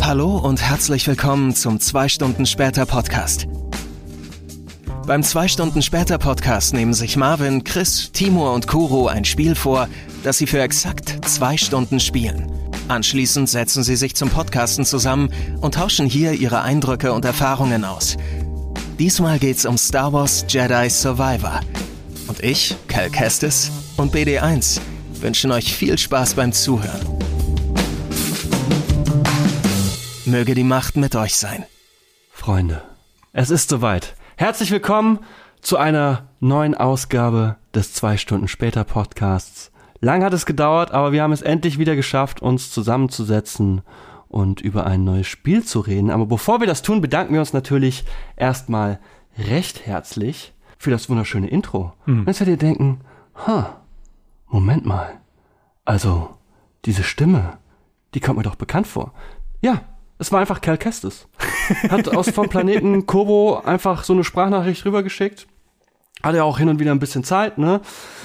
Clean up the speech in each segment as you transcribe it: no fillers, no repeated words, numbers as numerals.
Hallo und herzlich willkommen zum 2 Stunden später Podcast. Beim 2 Stunden später Podcast nehmen sich Marvin, Chris, Timur und Kuro ein Spiel vor, das sie für exakt 2 Stunden spielen. Anschließend setzen sie sich zum Podcasten zusammen und tauschen hier ihre Eindrücke und Erfahrungen aus. Diesmal geht's um Star Wars Jedi Survivor. Und ich, Cal Kestis und BD1 wünschen euch viel Spaß beim Zuhören. Möge die Macht mit euch sein. Freunde, es ist soweit. Herzlich willkommen zu einer neuen Ausgabe des 2 Stunden später Podcasts. Lang hat es gedauert, aber wir haben es endlich wieder geschafft, uns zusammenzusetzen und über ein neues Spiel zu reden. Aber bevor wir das tun, bedanken wir uns natürlich erstmal recht herzlich für das wunderschöne Intro. Und jetzt werdet ihr denken, Moment mal, also diese Stimme, die kommt mir doch bekannt vor. Ja, es war einfach Cal Kestis. Hat vom Planeten Kobo einfach so eine Sprachnachricht rübergeschickt. Hat ja auch hin und wieder ein bisschen Zeit, ne?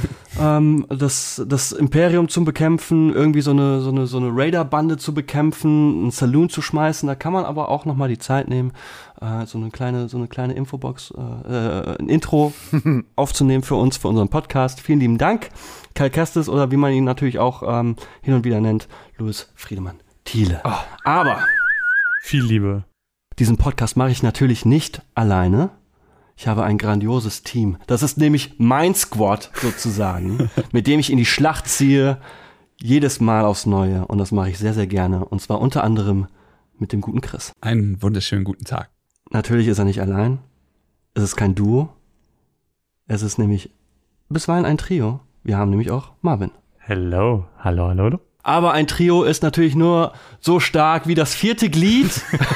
Das Imperium zu bekämpfen, irgendwie so eine Raider-Bande zu bekämpfen, einen Saloon zu schmeißen. Da kann man aber auch nochmal die Zeit nehmen, so eine kleine Infobox, ein Intro aufzunehmen für uns, für unseren Podcast. Vielen lieben Dank, Cal Kestis, oder wie man ihn natürlich auch hin und wieder nennt, Louis Friedemann Thiele. Oh. Aber viel Liebe. Diesen Podcast mache ich natürlich nicht alleine. Ich habe ein grandioses Team. Das ist nämlich mein Squad sozusagen, mit dem ich in die Schlacht ziehe, jedes Mal aufs Neue. Und das mache ich sehr, sehr gerne. Und zwar unter anderem mit dem guten Chris. Einen wunderschönen guten Tag. Natürlich ist er nicht allein. Es ist kein Duo. Es ist nämlich bisweilen ein Trio. Wir haben nämlich auch Marvin. Hallo. Aber ein Trio ist natürlich nur so stark wie das 4. Glied.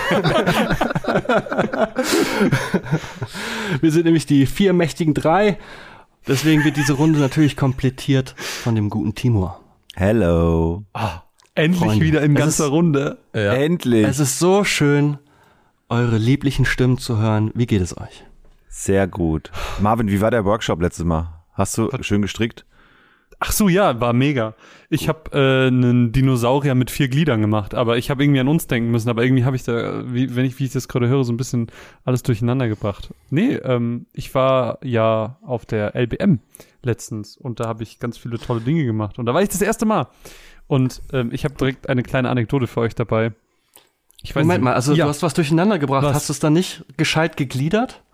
Wir sind nämlich die 4 mächtigen 3. Deswegen wird diese Runde natürlich komplettiert von dem guten Timur. Hello. Endlich Freunde, wieder in ganzer Runde. Ja. Endlich. Es ist so schön, eure lieblichen Stimmen zu hören. Wie geht es euch? Sehr gut. Marvin, wie war der Workshop letztes Mal? Hast du schön gestrickt? Ach so, ja, war mega. Ich habe einen Dinosaurier mit 4 Gliedern gemacht, aber ich habe irgendwie an uns denken müssen, aber irgendwie habe ich da, wie ich das gerade höre, so ein bisschen alles durcheinander gebracht. Nee, ich war ja auf der LBM letztens und da habe ich ganz viele tolle Dinge gemacht und da war ich das erste Mal und ich habe direkt eine kleine Anekdote für euch dabei. Ich weiß Moment mal, also ja. Du hast was durcheinander gebracht. Was? Hast du es dann nicht gescheit gegliedert?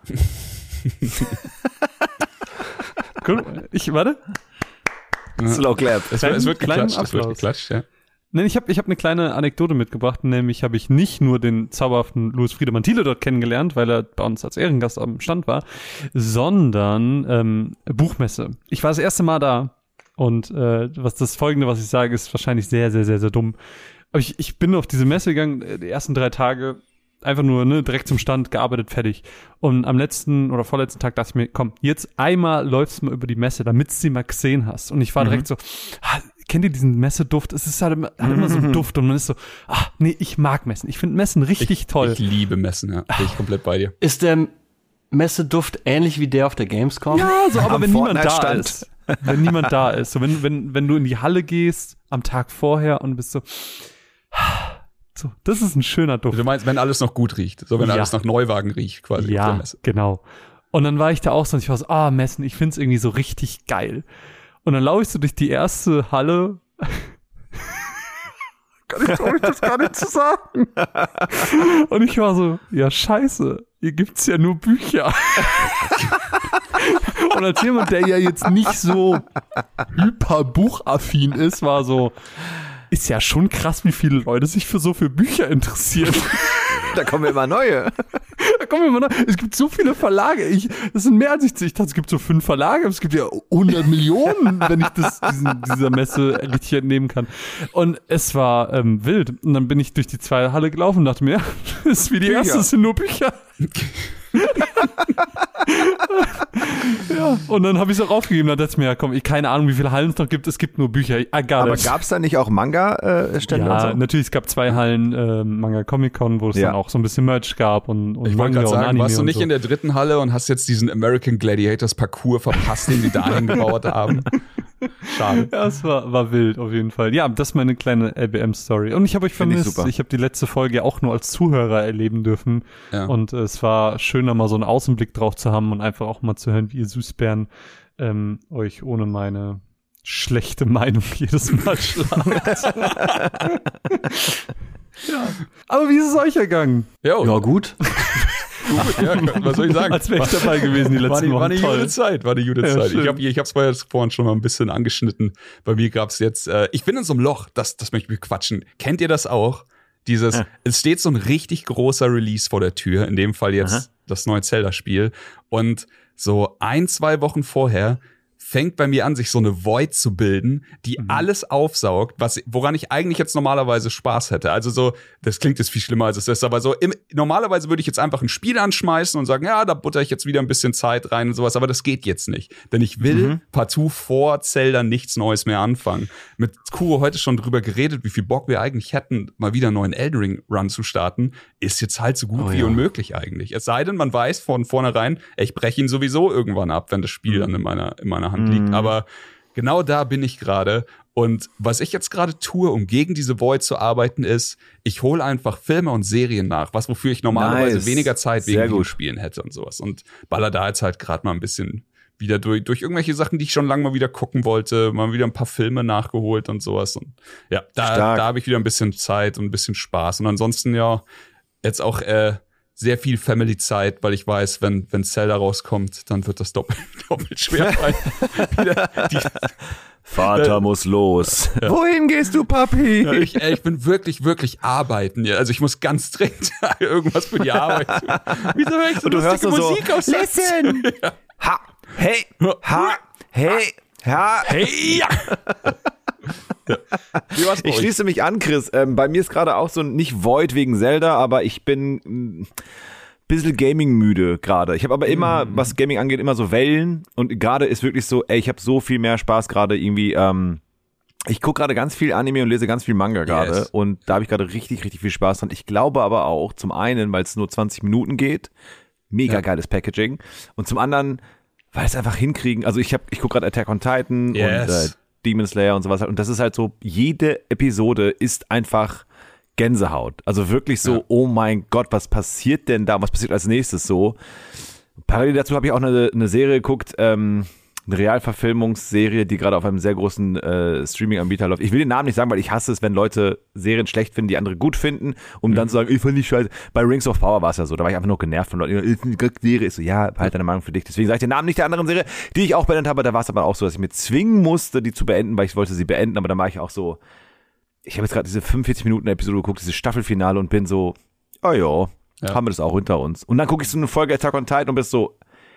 Warte. Slow clap. Es wird geklatscht, ja. Nein, ich hab eine kleine Anekdote mitgebracht, nämlich habe ich nicht nur den zauberhaften Louis Friedemann Thiele dort kennengelernt, weil er bei uns als Ehrengast am Stand war, sondern Buchmesse. Ich war das erste Mal da und was ich sage, ist wahrscheinlich sehr, sehr, sehr, sehr dumm. Aber ich bin auf diese Messe gegangen, die ersten 3 Tage einfach nur direkt zum Stand, gearbeitet, fertig. Und am letzten oder vorletzten Tag dachte ich mir, komm, jetzt einmal läufst du mal über die Messe, damit du sie mal gesehen hast. Und ich war direkt so, kennt ihr diesen Messeduft? Es ist halt immer so ein Duft und man ist so, nee, ich mag Messen. Ich finde Messen richtig toll. Ich liebe Messen, ja. Bin ich komplett bei dir. Ist der Messeduft ähnlich wie der auf der Gamescom? Ja, so, aber wenn niemand da Stand. ist. Wenn niemand da ist. So, wenn du in die Halle gehst am Tag vorher und bist so, das ist ein schöner Duft. Du meinst, wenn alles noch gut riecht. So, wenn alles nach Neuwagen riecht, quasi. Auf der Ja, Messe. genau. Und dann war ich da auch so und ich war so, Messen, ich find's irgendwie so richtig geil. Und dann laufe ich so durch die erste Halle. Traue ich das gar nicht zu sagen. Und ich war so, ja scheiße, hier gibt's ja nur Bücher. Und als jemand, der ja jetzt nicht so hyperbuchaffin ist, war so, ist ja schon krass, wie viele Leute sich für Bücher interessieren. Da kommen immer neue. Es gibt so viele Verlage. Das sind mehr als ich dachte, es gibt so 5 Verlage. Es gibt ja 100 Millionen, wenn ich dieser Messe richtig entnehmen kann. Und es war wild. Und dann bin ich durch die 2 Halle gelaufen und dachte mir, das ist wie die erste, es sind nur Bücher. Ja, und dann habe ich es auch aufgegeben. Da dachte ich mir, ja komm, keine Ahnung, wie viele Hallen es noch gibt. Es gibt nur Bücher. Aber gab es da nicht auch Manga-Stände? Ja, und so? natürlich, es gab 2 Hallen Manga Comic Con, wo es dann auch so ein bisschen Merch gab und Ich wollte Manga gerade und sagen, Anime warst du nicht und so. in der 3. Halle und hast jetzt diesen American Gladiators Parcours verpasst, den die dahin gebaut haben? Schade. Ja, es war wild auf jeden Fall. Ja, das ist meine kleine LBM-Story. Und ich habe euch vermisst. Ich habe die letzte Folge ja auch nur als Zuhörer erleben dürfen. Ja. Und es war schöner, mal so einen Außenblick drauf zu haben und einfach auch mal zu hören, wie ihr Süßbären euch ohne meine schlechte Meinung jedes Mal schlagt. Ja. Aber wie ist es euch ergangen? Ja, gut. Gut, ja, was soll ich sagen? Als wäre ich dabei gewesen die letzten Wochen. War eine gute Zeit. Ja, ich hab's vorhin schon mal ein bisschen angeschnitten. Bei mir gab's jetzt, ich bin in so einem Loch, das möchte ich quatschen. Kennt ihr das auch? Es steht so ein richtig großer Release vor der Tür, in dem Fall jetzt das neue Zelda-Spiel. Und so 1-2 Wochen vorher fängt bei mir an, sich so eine Void zu bilden, die alles aufsaugt, woran ich eigentlich jetzt normalerweise Spaß hätte. Also so, das klingt jetzt viel schlimmer, als es ist, aber so, normalerweise würde ich jetzt einfach ein Spiel anschmeißen und sagen, ja, da butter ich jetzt wieder ein bisschen Zeit rein und sowas, aber das geht jetzt nicht. Denn ich will partout vor Zelda nichts Neues mehr anfangen. Mit Kuro heute schon drüber geredet, wie viel Bock wir eigentlich hätten, mal wieder einen neuen Elden Ring Run zu starten, ist jetzt halt so gut wie unmöglich eigentlich. Es sei denn, man weiß von vornherein, ich breche ihn sowieso irgendwann ab, wenn das Spiel dann in meiner Hand liegt. Aber genau da bin ich gerade. Und was ich jetzt gerade tue, um gegen diese Void zu arbeiten, ist, ich hole einfach Filme und Serien nach, wofür ich normalerweise weniger Zeit wegen Videospielen hätte und sowas. Und baller da jetzt halt gerade mal ein bisschen wieder durch irgendwelche Sachen, die ich schon lange mal wieder gucken wollte, mal wieder ein paar Filme nachgeholt und sowas. Und ja, da habe ich wieder ein bisschen Zeit und ein bisschen Spaß. Und ansonsten ja, jetzt auch sehr viel Family-Zeit, weil ich weiß, wenn Zelda rauskommt, dann wird das doppelt schwer sein. Vater muss los. Ja. Wohin gehst du, Papi? Ja, ich bin wirklich, wirklich arbeiten. Also ich muss ganz dringend irgendwas für die Arbeit tun. Wieso höre ich so lustige Musik aus? Listen! Ja. Ha! Hey! Ha! Hey! Ha! Hey! Ja! Ich schließe mich an, Chris. Bei mir ist gerade auch so nicht Void wegen Zelda, aber ich bin ein bisschen Gaming-müde gerade. Ich habe aber immer, was Gaming angeht, immer so Wellen. Und gerade ist wirklich so, ich habe so viel mehr Spaß gerade irgendwie. Ich gucke gerade ganz viel Anime und lese ganz viel Manga gerade. Yes. Und da habe ich gerade richtig, richtig viel Spaß dran. Ich glaube aber auch, zum einen, weil es nur 20 Minuten geht, mega geiles Packaging. Und zum anderen, weil es einfach hinkriegen. Also ich gucke gerade Attack on Titan und Demon Slayer und sowas. Und das ist halt so, jede Episode ist einfach Gänsehaut. Also wirklich so, oh mein Gott, was passiert denn da? Was passiert als nächstes so? Parallel dazu habe ich auch eine Serie geguckt, eine Realverfilmungsserie, die gerade auf einem sehr großen Streaming-Anbieter läuft. Ich will den Namen nicht sagen, weil ich hasse es, wenn Leute Serien schlecht finden, die andere gut finden, um dann zu sagen, ich fand die scheiße. Bei Rings of Power war es ja so, da war ich einfach nur genervt von Leuten. Serie ist so, ja, halt deine Meinung für dich. Deswegen sage ich den Namen nicht der anderen Serie, die ich auch beendet habe. Da war es aber auch so, dass ich mir zwingen musste, die zu beenden, weil ich wollte sie beenden. Aber dann war ich auch so, ich habe jetzt gerade diese 45-Minuten-Episode geguckt, dieses Staffelfinale und bin so, oh ja, haben wir das auch hinter uns. Und dann gucke ich so eine Folge Attack on Titan und bin so,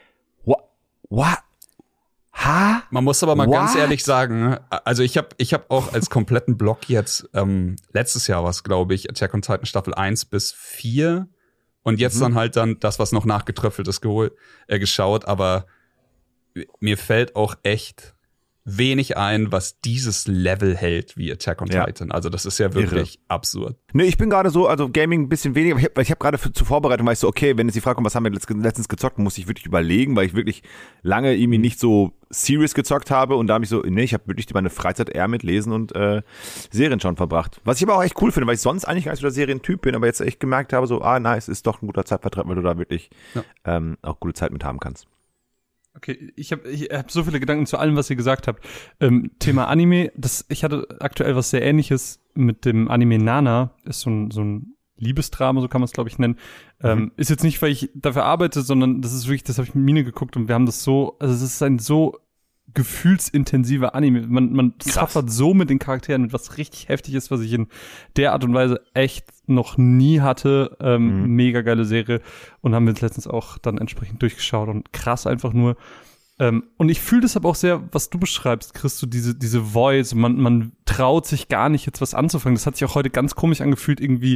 what? Ha? Man muss aber mal ganz ehrlich sagen, also ich hab auch als kompletten Block jetzt, letztes Jahr war es, glaube ich, Attack on Titan Staffel 1 bis 4 und jetzt dann das, was noch nachgetröpfelt ist, geschaut, aber mir fällt auch echt wenig ein, was dieses Level hält wie Attack on Titan. Also das ist ja wirklich absurd. Nee, ich bin gerade so, also Gaming ein bisschen weniger, ich hab gerade zur Vorbereitung, weil ich so, okay, wenn jetzt die Frage kommt, was haben wir letztens gezockt, muss ich wirklich überlegen, weil ich wirklich lange irgendwie nicht so serious gezockt habe und da habe ich so, nee, ich habe wirklich meine Freizeit eher mit Lesen und Serien schon verbracht. Was ich aber auch echt cool finde, weil ich sonst eigentlich gar nicht so der Serientyp bin, aber jetzt echt gemerkt habe, so, nice, ist doch ein guter Zeitvertreib, weil du da wirklich auch gute Zeit mit haben kannst. Okay, ich hab so viele Gedanken zu allem, was ihr gesagt habt. Thema Anime, ich hatte aktuell was sehr Ähnliches mit dem Anime Nana, ist so ein Liebesdrama, so kann man es, glaube ich, nennen. Ist jetzt nicht, weil ich dafür arbeite, sondern das ist wirklich, das habe ich mit Mine geguckt und wir haben das so, also es ist ein so gefühlsintensiver Anime. Man suffert so mit den Charakteren, mit was richtig heftig ist, was ich in der Art und Weise echt noch nie hatte. Mega geile Serie und haben wir uns letztens auch dann entsprechend durchgeschaut und krass einfach nur. Und ich fühle das aber auch sehr, was du beschreibst, Chris, so diese Voice, man traut sich gar nicht jetzt was anzufangen. Das hat sich auch heute ganz komisch angefühlt, irgendwie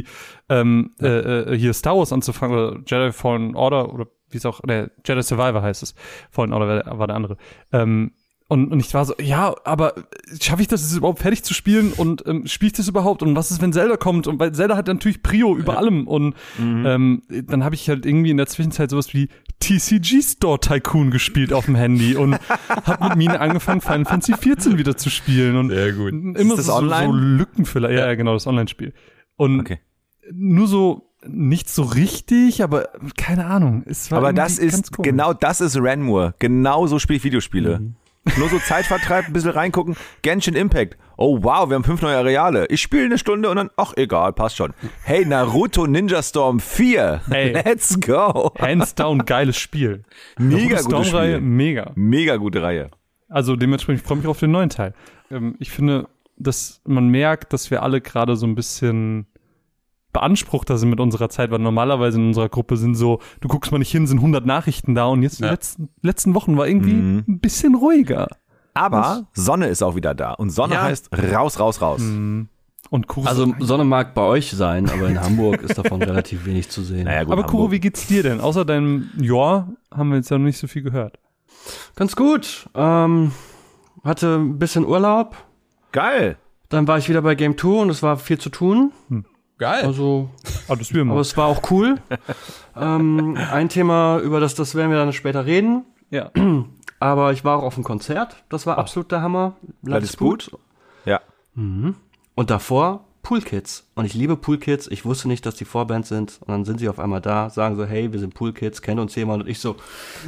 hier Star Wars anzufangen oder Jedi Fallen Order oder wie es auch, Jedi Survivor heißt es. Fallen Order war der andere. Und ich war so, ja, aber schaffe ich das jetzt überhaupt fertig zu spielen und spiele ich das überhaupt? Und was ist, wenn Zelda kommt? Und weil Zelda hat natürlich Prio über allem. Und dann habe ich halt irgendwie in der Zwischenzeit sowas wie TCG Store Tycoon gespielt auf dem Handy und habe mit Mine angefangen, Final Fantasy 14 wieder zu spielen. Und Sehr gut. immer Ist das so online? Lückenfüller. Ja, genau, das Online-Spiel. Und nur so nicht so richtig, aber keine Ahnung. Es war Aber das irgendwie ganz ist, komisch. genau das ist Renmore. Genau so spiele ich Videospiele. Nur so Zeitvertreib, ein bisschen reingucken. Genshin Impact. Oh wow, wir haben 5 neue Areale. Ich spiele eine Stunde und dann, ach egal, passt schon. Hey, Naruto Ninja Storm 4. Hey. Let's go. Hands down, geiles Spiel. Mega gutes Storm-Reihe, Spiel. mega. Mega gute Reihe. Also dementsprechend freue ich mich auf den neuen Teil. Ich finde, dass man merkt, dass wir alle gerade so ein bisschen beanspruchter sind mit unserer Zeit, weil normalerweise in unserer Gruppe sind so, du guckst mal nicht hin, sind 100 Nachrichten da und jetzt die letzten Wochen war irgendwie ein bisschen ruhiger. Aber Sonne ist auch wieder da. Und Sonne heißt raus, raus, raus. Und Kuro, Also Sonne mag bei euch sein, aber in Hamburg ist davon relativ wenig zu sehen. Naja, gut, aber Kuro, Hamburg. wie geht's dir denn? Außer deinem Jahr haben wir jetzt ja noch nicht so viel gehört. Ganz gut. Hatte ein bisschen Urlaub. Geil. Dann war ich wieder bei Game 2 und es war viel zu tun. Geil. Also, Das will aber man. es war auch cool. Ein Thema, über das werden wir dann später reden. Ja. Aber ich war auch auf einem Konzert. Das war absolut der Hammer. Blood is Boot? Ja. Und davor Pool Kids. Und ich liebe Pool Kids. Ich wusste nicht, dass die Vorband sind. Und dann sind sie auf einmal da, sagen so, hey, wir sind Pool Kids, kennt uns jemand? Und ich so,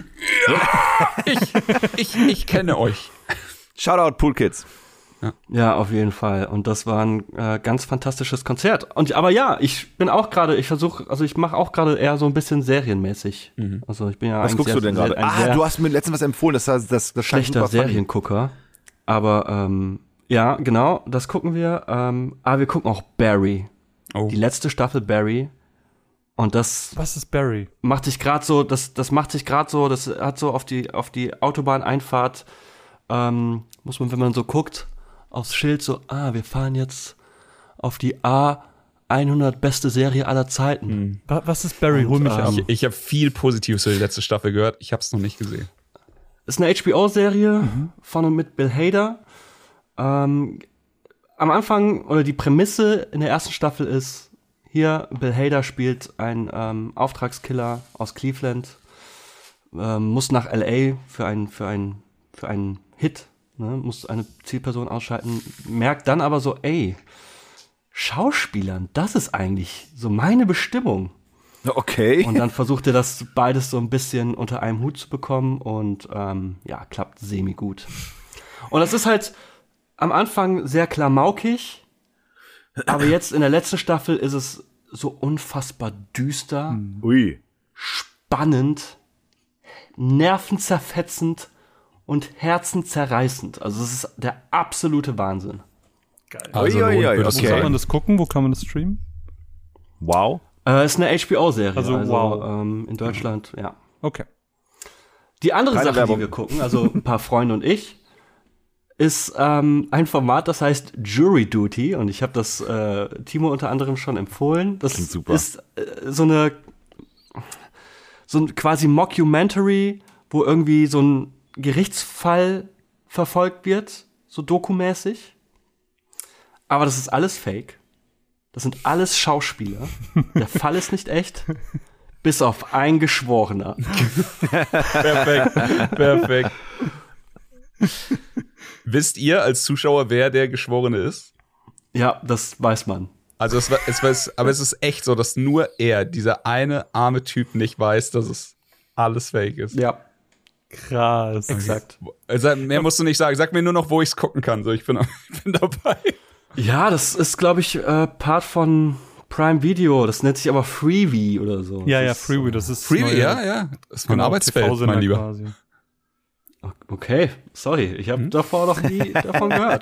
Ich kenne euch. Shoutout Pool Kids. ja, auf jeden Fall. Und das war ein ganz fantastisches Konzert. Aber ja, ich bin auch gerade, ich mache auch gerade eher so ein bisschen serienmäßig. Also ich bin ja Was eigentlich guckst du denn gerade? Du hast mir letztens was empfohlen, das scheint schlechter super funny. Seriengucker. Aber ja, genau, das gucken wir. Aber wir gucken auch Barry. Oh. Die letzte Staffel Barry. Und das Was ist Barry? macht sich gerade so, das hat so auf die Autobahneinfahrt, muss man, wenn man so guckt, aufs Schild so, wir fahren jetzt auf die A100 beste Serie aller Zeiten. Was ist Barry? Hol mich ab. Ich habe viel Positives für die letzte Staffel gehört. Ich habe es noch nicht gesehen. Ist eine HBO-Serie von und mit Bill Hader. Am Anfang, oder die Prämisse in der ersten Staffel ist, hier, Bill Hader spielt einen Auftragskiller aus Cleveland, muss nach L.A. für einen Hit, ne, muss eine Zielperson ausschalten, merkt dann aber so, Schauspielern, das ist eigentlich so meine Bestimmung. Okay. Und dann versucht er das beides so ein bisschen unter einem Hut zu bekommen und klappt semi-gut. Und das ist halt am Anfang sehr klamaukig, aber jetzt in der letzten Staffel ist es so unfassbar düster, Ui. spannend, nervenzerfetzend und herzenzerreißend. Also es ist der absolute Wahnsinn. Also Ui, ui, ui, würdest du Wo kann okay. man das gucken? Wo kann man das streamen? Wow. Ist eine HBO-Serie, Also, wow. In Deutschland, ja. Okay. Die andere Keine Sache, Werbung. die wir gucken, also ein paar Freunde und ich, ist ein Format, das heißt Jury Duty. Und ich habe das Timo unter anderem schon empfohlen. Das Klingt super. ist so ein quasi Mockumentary, wo irgendwie so ein Gerichtsfall verfolgt wird, so dokumäßig. Aber das ist alles Fake. Das sind alles Schauspieler. Der Fall ist nicht echt. Bis auf ein Geschworener. Perfekt. Wisst ihr als Zuschauer, wer der Geschworene ist? Ja, das weiß man. Also aber es ist echt so, dass nur er, dieser eine arme Typ, nicht weiß, dass es alles fake ist. Ja, Krass. exakt. Also, mehr musst du nicht sagen. Sag mir nur noch, wo ich es gucken kann. So, ich bin dabei. Ja, das ist, glaube ich, Part von Prime Video. Das nennt sich aber Freevee oder so. Ja, das ist, Freeway, das ist Freebie, neue- ja. Das ist mein genau, Arbeitsfeld, TV-Sender mein Lieber. quasi. Okay, sorry, ich habe davor noch nie davon gehört.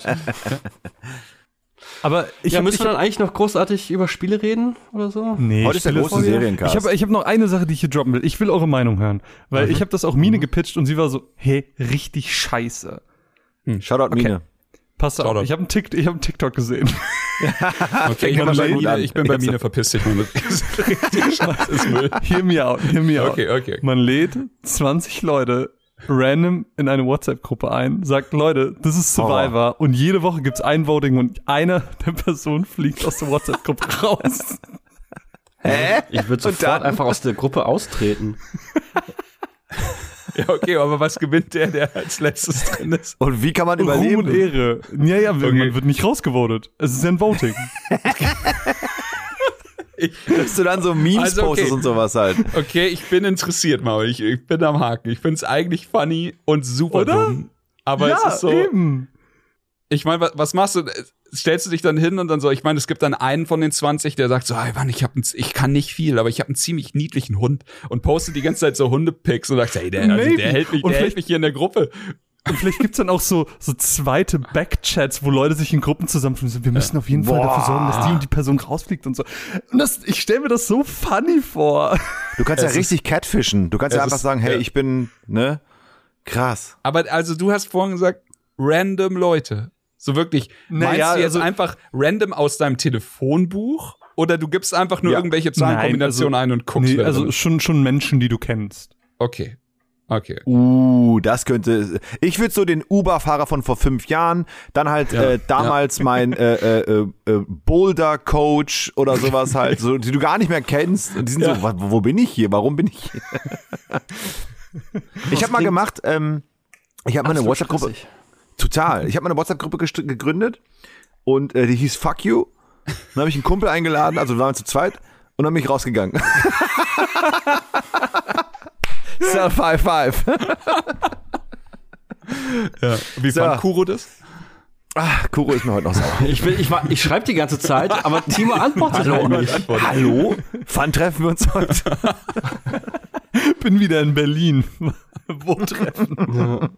Aber Müssen wir dann eigentlich noch großartig über Spiele reden oder so? Nee, Heute ist der Spiele- große Seriencast. Ich hab noch eine Sache, die ich hier droppen will. Ich will eure Meinung hören. Weil ich habe das auch Mine gepitcht und sie war so, hey, richtig scheiße. Shoutout Mine. Passt auf, Shoutout. ich habe einen TikTok gesehen. Okay, ich bin, wahrscheinlich gut an. ich bin bei Mine, verpiss dich. Mann. Das ist richtig scheißes Müll. Hear me out. Okay. Man lädt 20 Leute random in eine WhatsApp-Gruppe ein, sagt, Leute, das ist Survivor und jede Woche gibt's ein Voting und einer der Personen fliegt aus der WhatsApp-Gruppe raus. Hä? Ich würde sofort einfach aus der Gruppe austreten. Ja, okay, aber was gewinnt der als letztes drin ist? Und wie kann man Ruhm überleben? und Ehre. Ja, man wird nicht rausgevotet. Es ist ja ein Voting. Dass du dann so Memes Also, okay. postest und sowas halt. Okay, ich bin interessiert, Maul. Ich bin am Haken. Ich find's eigentlich funny und super Oder? dumm. Aber ja, es ist so. eben. Ich meine, was machst du? Stellst du dich dann hin und dann so, ich meine, es gibt dann einen von den 20, der sagt so, hey Mann, ich kann nicht viel, aber ich habe einen ziemlich niedlichen Hund und postet die ganze Zeit so Hundepics und sagt, hey, der hält mich hier in der Gruppe. Und vielleicht gibt's dann auch so zweite Backchats, wo Leute sich in Gruppen zusammenfinden. Wir müssen auf jeden Fall dafür sorgen, dass die und die Person rausfliegt und so. Und ich stelle mir das so funny vor. Du kannst ja richtig catfischen. Du kannst ja einfach sagen, hey, ich bin, ne? Krass. Aber also du hast vorhin gesagt, random Leute. So wirklich, meinst du jetzt einfach random aus deinem Telefonbuch? Oder du gibst einfach nur irgendwelche Zahlenkombinationen ein und guckst? Nee, also schon Menschen, die du kennst. Okay. Das könnte. Ich würde so den Uber-Fahrer von vor 5 Jahren, dann halt damals mein Boulder-Coach oder sowas halt, so, die du gar nicht mehr kennst. Und die sind so, wo bin ich hier? Warum bin ich hier? Ich habe mal gemacht, ich habe mal eine WhatsApp-Gruppe. Total. Ich habe mal eine WhatsApp-Gruppe gegründet und die hieß Fuck You. Dann habe ich einen Kumpel eingeladen, also wir waren zu zweit und dann bin ich rausgegangen. Self-High-Five. Ja. Wie fand Kuro das? Ach, Kuro ist mir heute noch sauer. Ich schreibe die ganze Zeit, aber Timo antwortet halt nicht. Hallo? Wann treffen wir uns heute? Bin wieder in Berlin. Wo treffen?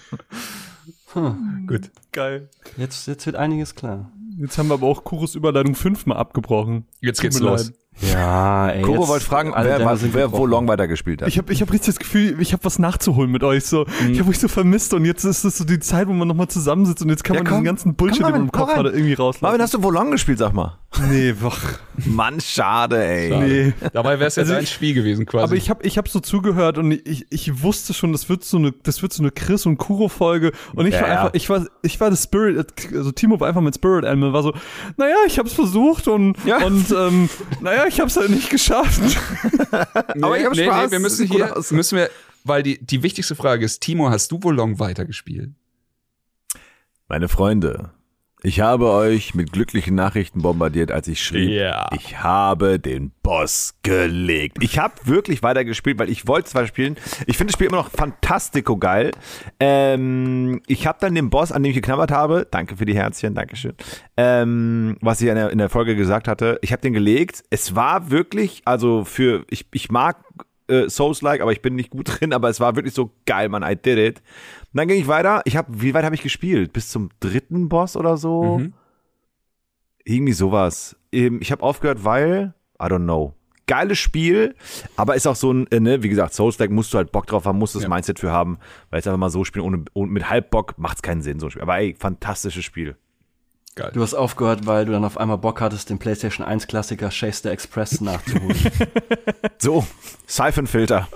Gut. Geil. Jetzt wird einiges klar. Jetzt haben wir aber auch Kuros Überleitung 5-mal abgebrochen. Jetzt geht's los. Ja, ey. Kuro wollte fragen, wer wo Long weitergespielt hat. Ich hab richtig das Gefühl, ich habe was nachzuholen mit euch. So, ich habe euch so vermisst und jetzt ist es so die Zeit, wo man nochmal zusammensitzt und jetzt kann man diesen ganzen Bullshit, den man im Kopf hatte, irgendwie rauslassen. Marvin, hast du wo Long gespielt, sag mal? Nee, Mann, schade, ey. Schade. Nee. Dabei wäre es jetzt ein Spiel gewesen quasi. Aber ich hab so zugehört und ich wusste schon, das wird so eine Chris und Kuro Folge und ich war einfach, ich war das Spirit, also Timo war einfach mit Spirit Animal, war so, naja, ich hab's versucht und naja, ich hab's halt nicht geschafft. Aber ich hab Spaß. Wir müssen weil die wichtigste Frage ist, Timo, hast du wohl Long weitergespielt? Meine Freunde, ich habe euch mit glücklichen Nachrichten bombardiert, als ich schrieb, ich habe den Boss gelegt. Ich habe wirklich weitergespielt, weil ich wollte es weiter spielen. Ich finde das Spiel immer noch fantastico geil. Ich habe dann den Boss, an dem ich geknabbert habe, danke für die Herzchen, dankeschön, was ich in der Folge gesagt hatte, ich habe den gelegt. Es war wirklich, also ich mag Souls-like, aber ich bin nicht gut drin, aber es war wirklich so geil, man, I did it. Und dann ging ich weiter. Wie weit habe ich gespielt? Bis zum 3. Boss oder so? Irgendwie sowas. Ich habe aufgehört, weil, I don't know. Geiles Spiel, aber ist auch so ein, wie gesagt, Souls-like musst du halt Bock drauf haben, musst das Mindset für haben, weil es einfach mal so spielen, ohne mit Halbbock macht's keinen Sinn, so ein Spiel. Aber ey, fantastisches Spiel. Geil. Du hast aufgehört, weil du dann auf einmal Bock hattest, den PlayStation 1 Klassiker Chase the Express nachzuholen. So, Siphon-Filter.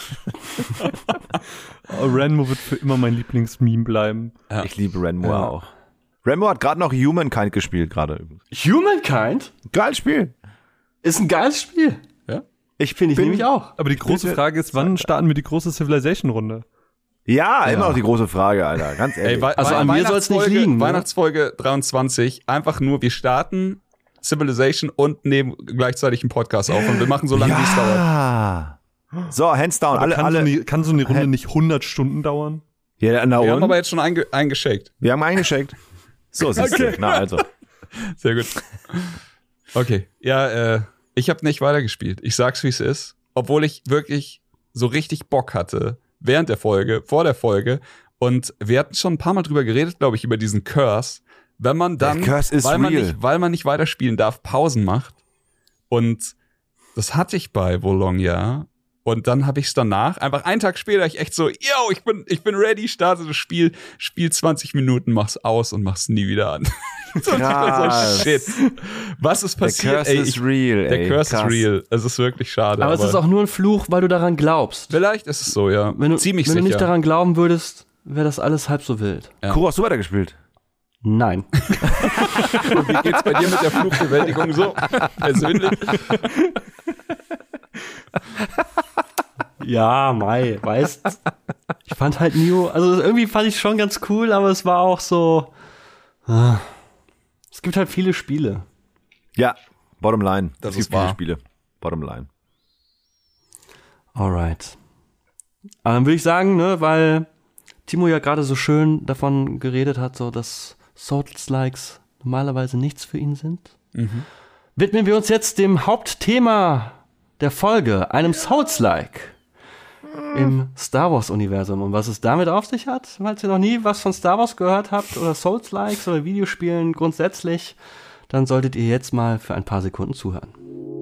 Ranmo wird für immer mein Lieblingsmeme bleiben. Ja. Ich liebe Ranmo auch. Ranmo hat gerade noch Humankind gespielt, gerade. Humankind? Geiles Spiel. Ist ein geiles Spiel. Ja? Finde ich nämlich auch. Aber die große Frage ist, wann starten wir die große Civilization-Runde? Ja, immer noch die große Frage, Alter. Ganz ehrlich. Also an mir soll es nicht liegen. Ne? Weihnachtsfolge 23, einfach nur, wir starten Civilization und nehmen gleichzeitig einen Podcast auf und wir machen so lange, wie es dauert. So, hands down. Kann so eine Runde nicht 100 Stunden dauern? Ja, wir haben aber jetzt schon eingeschickt. Wir haben eingeschickt. So, siehst du. Na also. Sehr gut. Okay, ja, ich habe nicht weitergespielt. Ich sag's, wie es ist. Obwohl ich wirklich so richtig Bock hatte während der Folge, vor der Folge. Und wir hatten schon ein paar Mal drüber geredet, glaube ich, über diesen Curse. Wenn man dann, weil man nicht weiterspielen darf, Pausen macht. Und das hatte ich bei Wo Long, ja. Und dann habe ich es danach, einfach einen Tag später, ich echt so, yo, ich bin ready, starte das Spiel 20 Minuten, mach's aus und mach's nie wieder an. So, shit. Was ist passiert? Der Curse is real, Der Curse krass. is real. Es ist wirklich schade. Aber es ist auch nur ein Fluch, weil du daran glaubst. Vielleicht ist es so, ja. Wenn du Ziemlich sicher. nicht daran glauben würdest, wäre das alles halb so wild. Ja. Kuro, hast du weitergespielt? Nein. Wie geht's bei dir mit der Fluchbewältigung so? Persönlich? Ja, weißt. Ich fand halt Nioh, also irgendwie fand ich schon ganz cool, aber es war auch so. Es gibt halt viele Spiele. Ja, bottom line. Das Es ist gibt viele wahr. Spiele. Bottom line. Alright. Aber dann würde ich sagen, ne, weil Timo ja gerade so schön davon geredet hat, so dass Souls-Likes normalerweise nichts für ihn sind, widmen wir uns jetzt dem Hauptthema der Folge, einem Souls-like im Star Wars-Universum. Und was es damit auf sich hat, falls ihr noch nie was von Star Wars gehört habt oder Souls-likes oder Videospielen grundsätzlich, dann solltet ihr jetzt mal für ein paar Sekunden zuhören.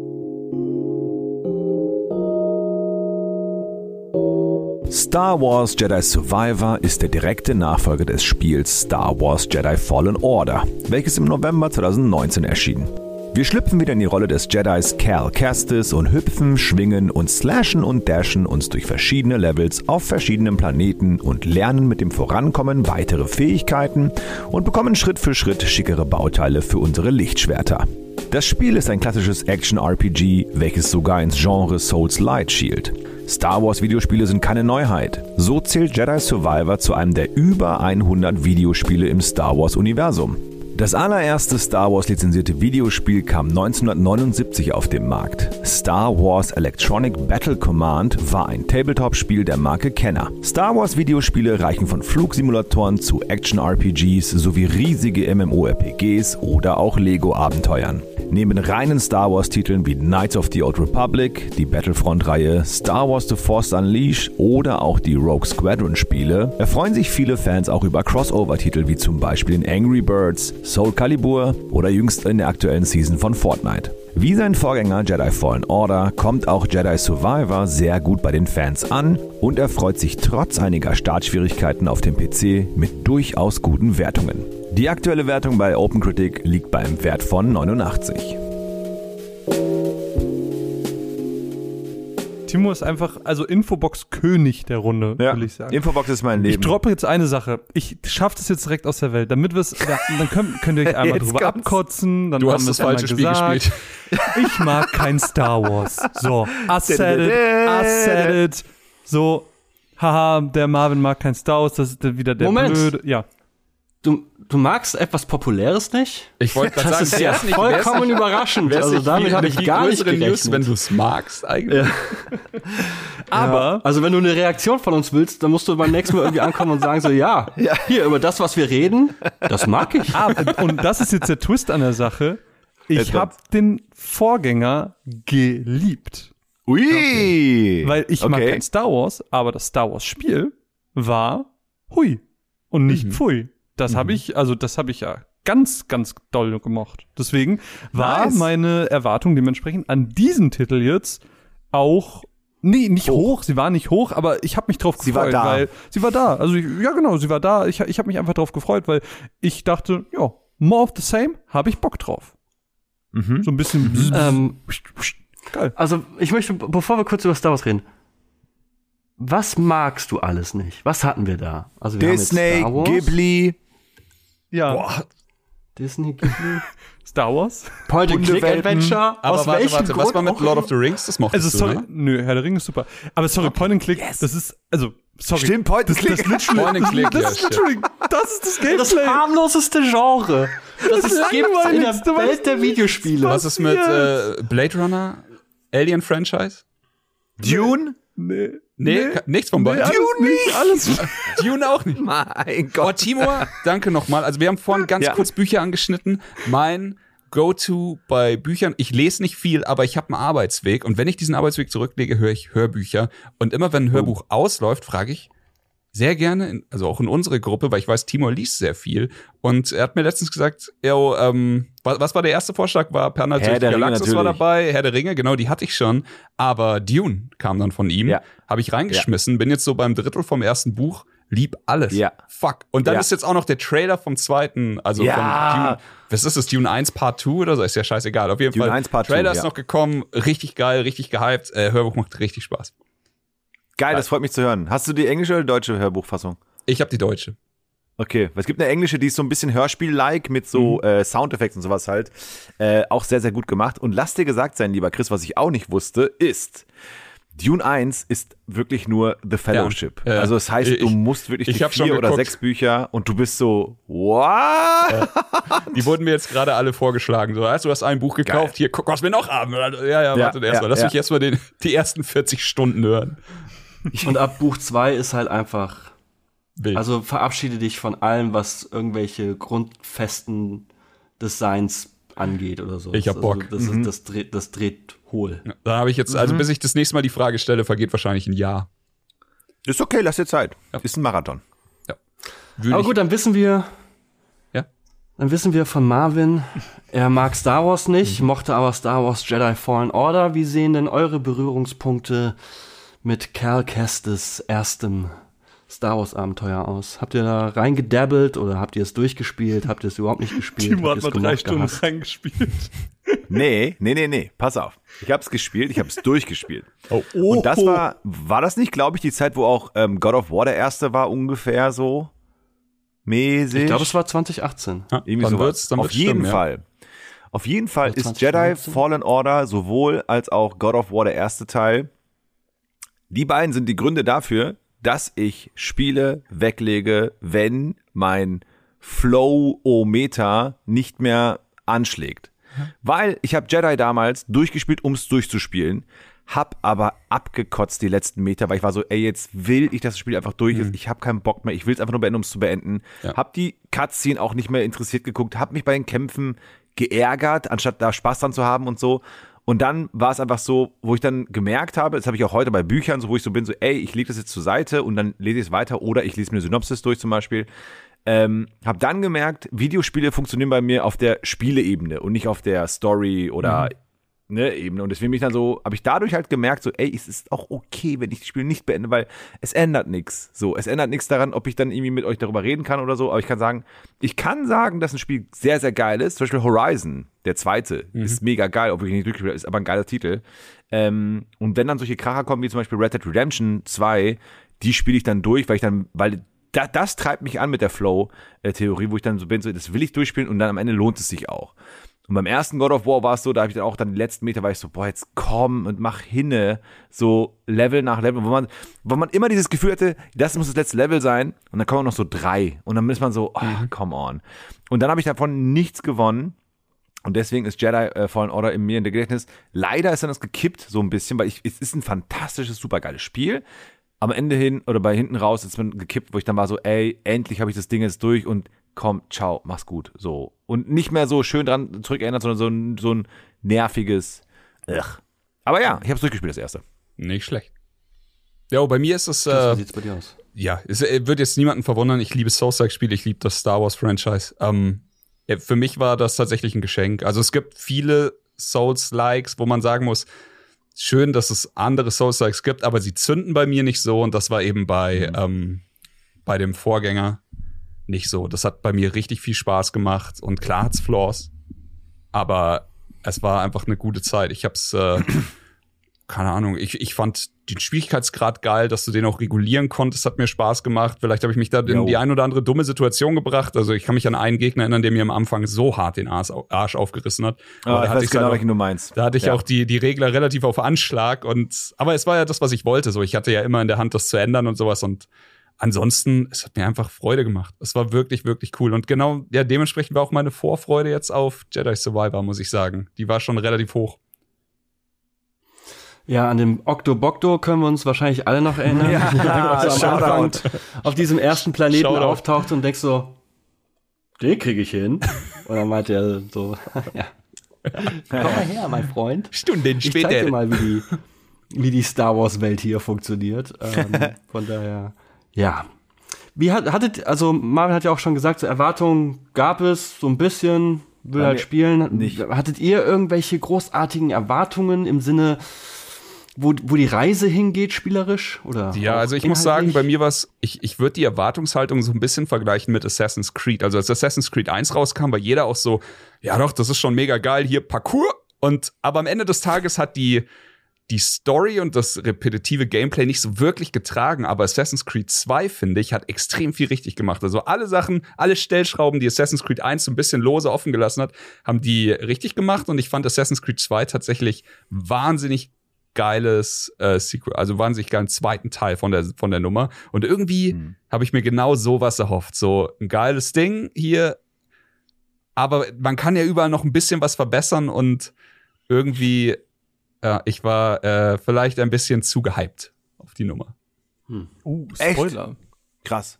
Star Wars Jedi Survivor ist der direkte Nachfolger des Spiels Star Wars Jedi Fallen Order, welches im November 2019 erschien. Wir schlüpfen wieder in die Rolle des Jedis Cal Kestis und hüpfen, schwingen und slashen und dashen uns durch verschiedene Levels auf verschiedenen Planeten und lernen mit dem Vorankommen weitere Fähigkeiten und bekommen Schritt für Schritt schickere Bauteile für unsere Lichtschwerter. Das Spiel ist ein klassisches Action-RPG, welches sogar ins Genre Souls-Light schielt. Star Wars Videospiele sind keine Neuheit. So zählt Jedi Survivor zu einem der über 100 Videospiele im Star Wars Universum. Das allererste Star Wars lizenzierte Videospiel kam 1979 auf den Markt. Star Wars Electronic Battle Command war ein Tabletop-Spiel der Marke Kenner. Star Wars Videospiele reichen von Flugsimulatoren zu Action-RPGs sowie riesige MMORPGs oder auch Lego-Abenteuern. Neben reinen Star Wars-Titeln wie Knights of the Old Republic, die Battlefront-Reihe, Star Wars The Force Unleashed oder auch die Rogue Squadron-Spiele erfreuen sich viele Fans auch über Crossover-Titel wie zum Beispiel in Angry Birds, Soul Calibur oder jüngst in der aktuellen Season von Fortnite. Wie sein Vorgänger Jedi Fallen Order kommt auch Jedi Survivor sehr gut bei den Fans an und erfreut sich trotz einiger Startschwierigkeiten auf dem PC mit durchaus guten Wertungen. Die aktuelle Wertung bei OpenCritic liegt bei einem Wert von 89. Timo ist einfach, also Infobox-König der Runde, will ich sagen. Infobox ist mein Leben. Ich droppe jetzt eine Sache. Ich schaffe das jetzt direkt aus der Welt, damit wir es, dann könnt ihr euch einmal Jetzt drüber kommt's. abkotzen. Dann Du haben hast wir das es einmal falsche Spiel gespielt. Ich mag kein Star Wars. So, I said it. So, haha, der Marvin mag kein Star Wars, das ist wieder der Moment. Blöde. Ja. Du magst etwas Populäres nicht? Ich wollte gerade sagen, Das ist ja vollkommen überraschend. Wär's Also nicht damit viel- habe ich viel gar nicht größere gerechnet. News, wenn du es magst eigentlich. Aber, Also wenn du eine Reaktion von uns willst, dann musst du beim nächsten Mal irgendwie ankommen und sagen so, ja, hier, über das, was wir reden, das mag ich. und das ist jetzt der Twist an der Sache. Ich habe den Vorgänger geliebt. Ui! Weil ich mag kein Star Wars, aber das Star Wars Spiel war hui und nicht pfui. Das habe ich ja ganz, ganz doll gemocht. Deswegen war meine Erwartung dementsprechend an diesen Titel jetzt auch nicht hoch. Sie war nicht hoch, aber ich habe mich drauf gefreut, war da. weil sie war da. Also sie war da. Ich habe mich einfach drauf gefreut, weil ich dachte, ja, more of the same, habe ich Bock drauf. So ein bisschen geil. Also ich möchte, bevor wir kurz über Star Wars reden, was magst du alles nicht? Was hatten wir da? Also wir Disney, haben jetzt Star Wars, Ghibli, Ja, Disney, Ghibli, Star Wars. Point-and-Click-Adventure. Aber Aus welchem warte, was Grund war mit auch Lord immer? of the Rings? Das mochtest Also du, sorry, ne? nö, Herr der Ringe ist super. Aber sorry, Point and Click, das ist, also, sorry. Stimmt, Point and Click. Das literally, Point and Click, das ja, ist literally, das ist das Das Gameplay. harmloseste Genre, das es gibt in der Langweiligste, was Welt der Videospiele. Was ist mit Blade Runner? Alien Franchise? Dune? Nee, nichts von beiden. Dune nicht, alles. Dune auch nicht. Mein Oh, Gott. Timur, danke nochmal. Also wir haben vorhin ganz kurz Bücher angeschnitten. Mein Go-To bei Büchern, ich lese nicht viel, aber ich habe einen Arbeitsweg. Und wenn ich diesen Arbeitsweg zurücklege, höre ich Hörbücher. Und immer wenn ein Hörbuch ausläuft, frage ich, sehr gerne, also auch in unsere Gruppe, weil ich weiß, Timur liest sehr viel. Und er hat mir letztens gesagt, was war der erste Vorschlag? War Perna durch die Galaxis war dabei, Herr der Ringe, genau, die hatte ich schon. Aber Dune kam dann von ihm, habe ich reingeschmissen, bin jetzt so beim Drittel vom ersten Buch, lieb alles. Ja. Fuck. Und dann ist jetzt auch noch der Trailer vom zweiten, also von Dune. Was ist das, Dune 1 Part 2 oder so? Ist ja scheißegal. Auf jeden Dune Fall, 1 Part Trailer 2, ist noch gekommen, richtig geil, richtig gehypt. Hörbuch macht richtig Spaß. Geil, das freut mich zu hören. Hast du die englische oder deutsche Hörbuchfassung? Ich habe die deutsche. Okay, es gibt eine englische, die ist so ein bisschen Hörspiel-like mit so Soundeffekten und sowas halt. Auch sehr, sehr gut gemacht. Und lass dir gesagt sein, lieber Chris, was ich auch nicht wusste, ist, Dune 1 ist wirklich nur The Fellowship. Also das heißt, du musst wirklich die 4 oder 6 Bücher und du bist so, what? Die wurden mir jetzt gerade alle vorgeschlagen. So, du hast ein Buch gekauft, hier, guck, was wir noch haben. Warte erstmal. Lass mich erstmal die ersten 40 Stunden hören. Und ab Buch 2 ist halt einfach wild. Also verabschiede dich von allem, was irgendwelche grundfesten Designs angeht oder so. Ich hab Bock. Also das dreht hohl. Ja, da habe ich jetzt, also bis ich das nächste Mal die Frage stelle, vergeht wahrscheinlich ein Jahr. Ist okay, lass dir Zeit. Ist ein Marathon. Ja. Aber gut, dann wissen wir von Marvin, er mag Star Wars nicht, mochte aber Star Wars Jedi Fallen Order. Wie sehen denn eure Berührungspunkte mit Cal Kestis erstem Star Wars Abenteuer aus? Habt ihr da reingedabbelt oder habt ihr es durchgespielt? Habt ihr es überhaupt nicht gespielt? Timo hat mal 3 Stunden reingespielt. Nee. Pass auf. Ich hab's gespielt, ich hab's durchgespielt. Und das war das nicht, glaube ich, die Zeit, wo auch God of War der erste war, ungefähr so mäßig? Ich glaube, es war 2018. Ja, irgendwie sowas. Auf jeden Fall. Auf jeden Fall ist Jedi Fallen Order sowohl als auch God of War der erste Teil. Die beiden sind die Gründe dafür, dass ich Spiele weglege, wenn mein Flow-O-Meter nicht mehr anschlägt. Weil ich habe Jedi damals durchgespielt, um es durchzuspielen, hab aber abgekotzt die letzten Meter, weil ich war so, jetzt will ich das Spiel einfach durch, ich habe keinen Bock mehr, ich will es einfach nur beenden, um es zu beenden. Ja. Hab die Cutscene auch nicht mehr interessiert geguckt, hab mich bei den Kämpfen geärgert, anstatt da Spaß dran zu haben und so. Und dann war es einfach so, wo ich dann gemerkt habe, das habe ich auch heute bei Büchern, so wo ich so bin, so ich lege das jetzt zur Seite und dann lese ich es weiter oder ich lese mir eine Synopsis durch zum Beispiel. Habe dann gemerkt, Videospiele funktionieren bei mir auf der Spieleebene und nicht auf der Story oder Ebene. Und deswegen bin ich dann so, habe ich dadurch halt gemerkt, so es ist auch okay, wenn ich das Spiel nicht beende, weil es ändert nichts. So, es ändert nichts daran, ob ich dann irgendwie mit euch darüber reden kann oder so. Aber ich kann sagen, dass ein Spiel sehr, sehr geil ist. Zum Beispiel Horizon, der zweite, ist mega geil, obwohl ich nicht durchgespielt habe, ist aber ein geiler Titel. Und wenn dann solche Kracher kommen, wie zum Beispiel Red Dead Redemption 2, die spiele ich dann durch, weil das treibt mich an mit der Flow-Theorie, wo ich dann so bin, so, das will ich durchspielen und dann am Ende lohnt es sich auch. Und beim ersten God of War war es so, da habe ich dann auch die letzten Meter, war ich so, jetzt komm und mach hinne, so Level nach Level, wo man immer dieses Gefühl hatte, das muss das letzte Level sein und dann kommen noch so 3 und dann ist man so, come on. Und dann habe ich davon nichts gewonnen und deswegen ist Jedi Fallen Order in mir in der Gedächtnis. Leider ist dann das gekippt so ein bisschen, weil es ist ein fantastisches, supergeiles Spiel. Am Ende hin oder bei hinten raus ist man gekippt, wo ich dann war so, endlich habe ich das Ding jetzt durch und komm, ciao, mach's gut, so. Und nicht mehr so schön dran zurückerinnert, sondern so ein nerviges, Aber ja, ich hab's durchgespielt, das erste. Nicht schlecht. Ja, bei mir ist es, wie sieht's bei dir aus? Ja, es wird jetzt niemanden verwundern, ich liebe Souls-like-Spiele, ich liebe das Star Wars-Franchise. Für mich war das tatsächlich ein Geschenk. Also es gibt viele Souls-likes, wo man sagen muss, schön, dass es andere Souls-likes gibt, aber sie zünden bei mir nicht so und das war eben bei dem Vorgänger nicht so. Das hat bei mir richtig viel Spaß gemacht und klar hat's Flaws, aber es war einfach eine gute Zeit. Ich hab's, keine Ahnung, ich fand den Schwierigkeitsgrad geil, dass du den auch regulieren konntest, hat mir Spaß gemacht. Vielleicht habe ich mich da in die ein oder andere dumme Situation gebracht. Also ich kann mich an einen Gegner erinnern, der mir am Anfang so hart den Arsch aufgerissen hat. Ich weiß genau, welchen du meinst. Da hatte ich auch die Regler relativ auf Anschlag aber es war ja das, was ich wollte. So, ich hatte ja immer in der Hand, das zu ändern und sowas und ansonsten, es hat mir einfach Freude gemacht. Es war wirklich, wirklich cool. Und genau, ja, dementsprechend war auch meine Vorfreude jetzt auf Jedi Survivor, muss ich sagen. Die war schon relativ hoch. Ja, an den Octo-Bocto können wir uns wahrscheinlich alle noch erinnern. Ja, als am Anfang auf diesem ersten Planeten auftaucht und denkst so, den kriege ich hin. Und dann meinte er so, ja, komm mal her, mein Freund. Stunden später. Ich zeig dir mal, wie die Star Wars Welt hier funktioniert. Von daher, ja, Also Marvin hat ja auch schon gesagt, so Erwartungen gab es, so ein bisschen, will halt spielen. Nicht. Hattet ihr irgendwelche großartigen Erwartungen im Sinne, wo die Reise hingeht, spielerisch? Oder ja, also ich muss sagen, bei mir war es, ich würde die Erwartungshaltung so ein bisschen vergleichen mit Assassin's Creed. Also als Assassin's Creed 1 rauskam, war jeder auch so, ja doch, das ist schon mega geil, hier Parkour. Aber am Ende des Tages hat die Story und das repetitive Gameplay nicht so wirklich getragen, aber Assassin's Creed 2, finde ich, hat extrem viel richtig gemacht. Also alle Stellschrauben, die Assassin's Creed 1 so ein bisschen lose offen gelassen hat, haben die richtig gemacht und ich fand Assassin's Creed 2 tatsächlich wahnsinnig geiles Sequel, also wahnsinnig geilen zweiten Teil von der Nummer. Und irgendwie habe ich mir genau sowas erhofft. So ein geiles Ding hier, aber man kann ja überall noch ein bisschen was verbessern und irgendwie, ich war vielleicht ein bisschen zu gehypt auf die Nummer. Spoiler. Echt? Krass.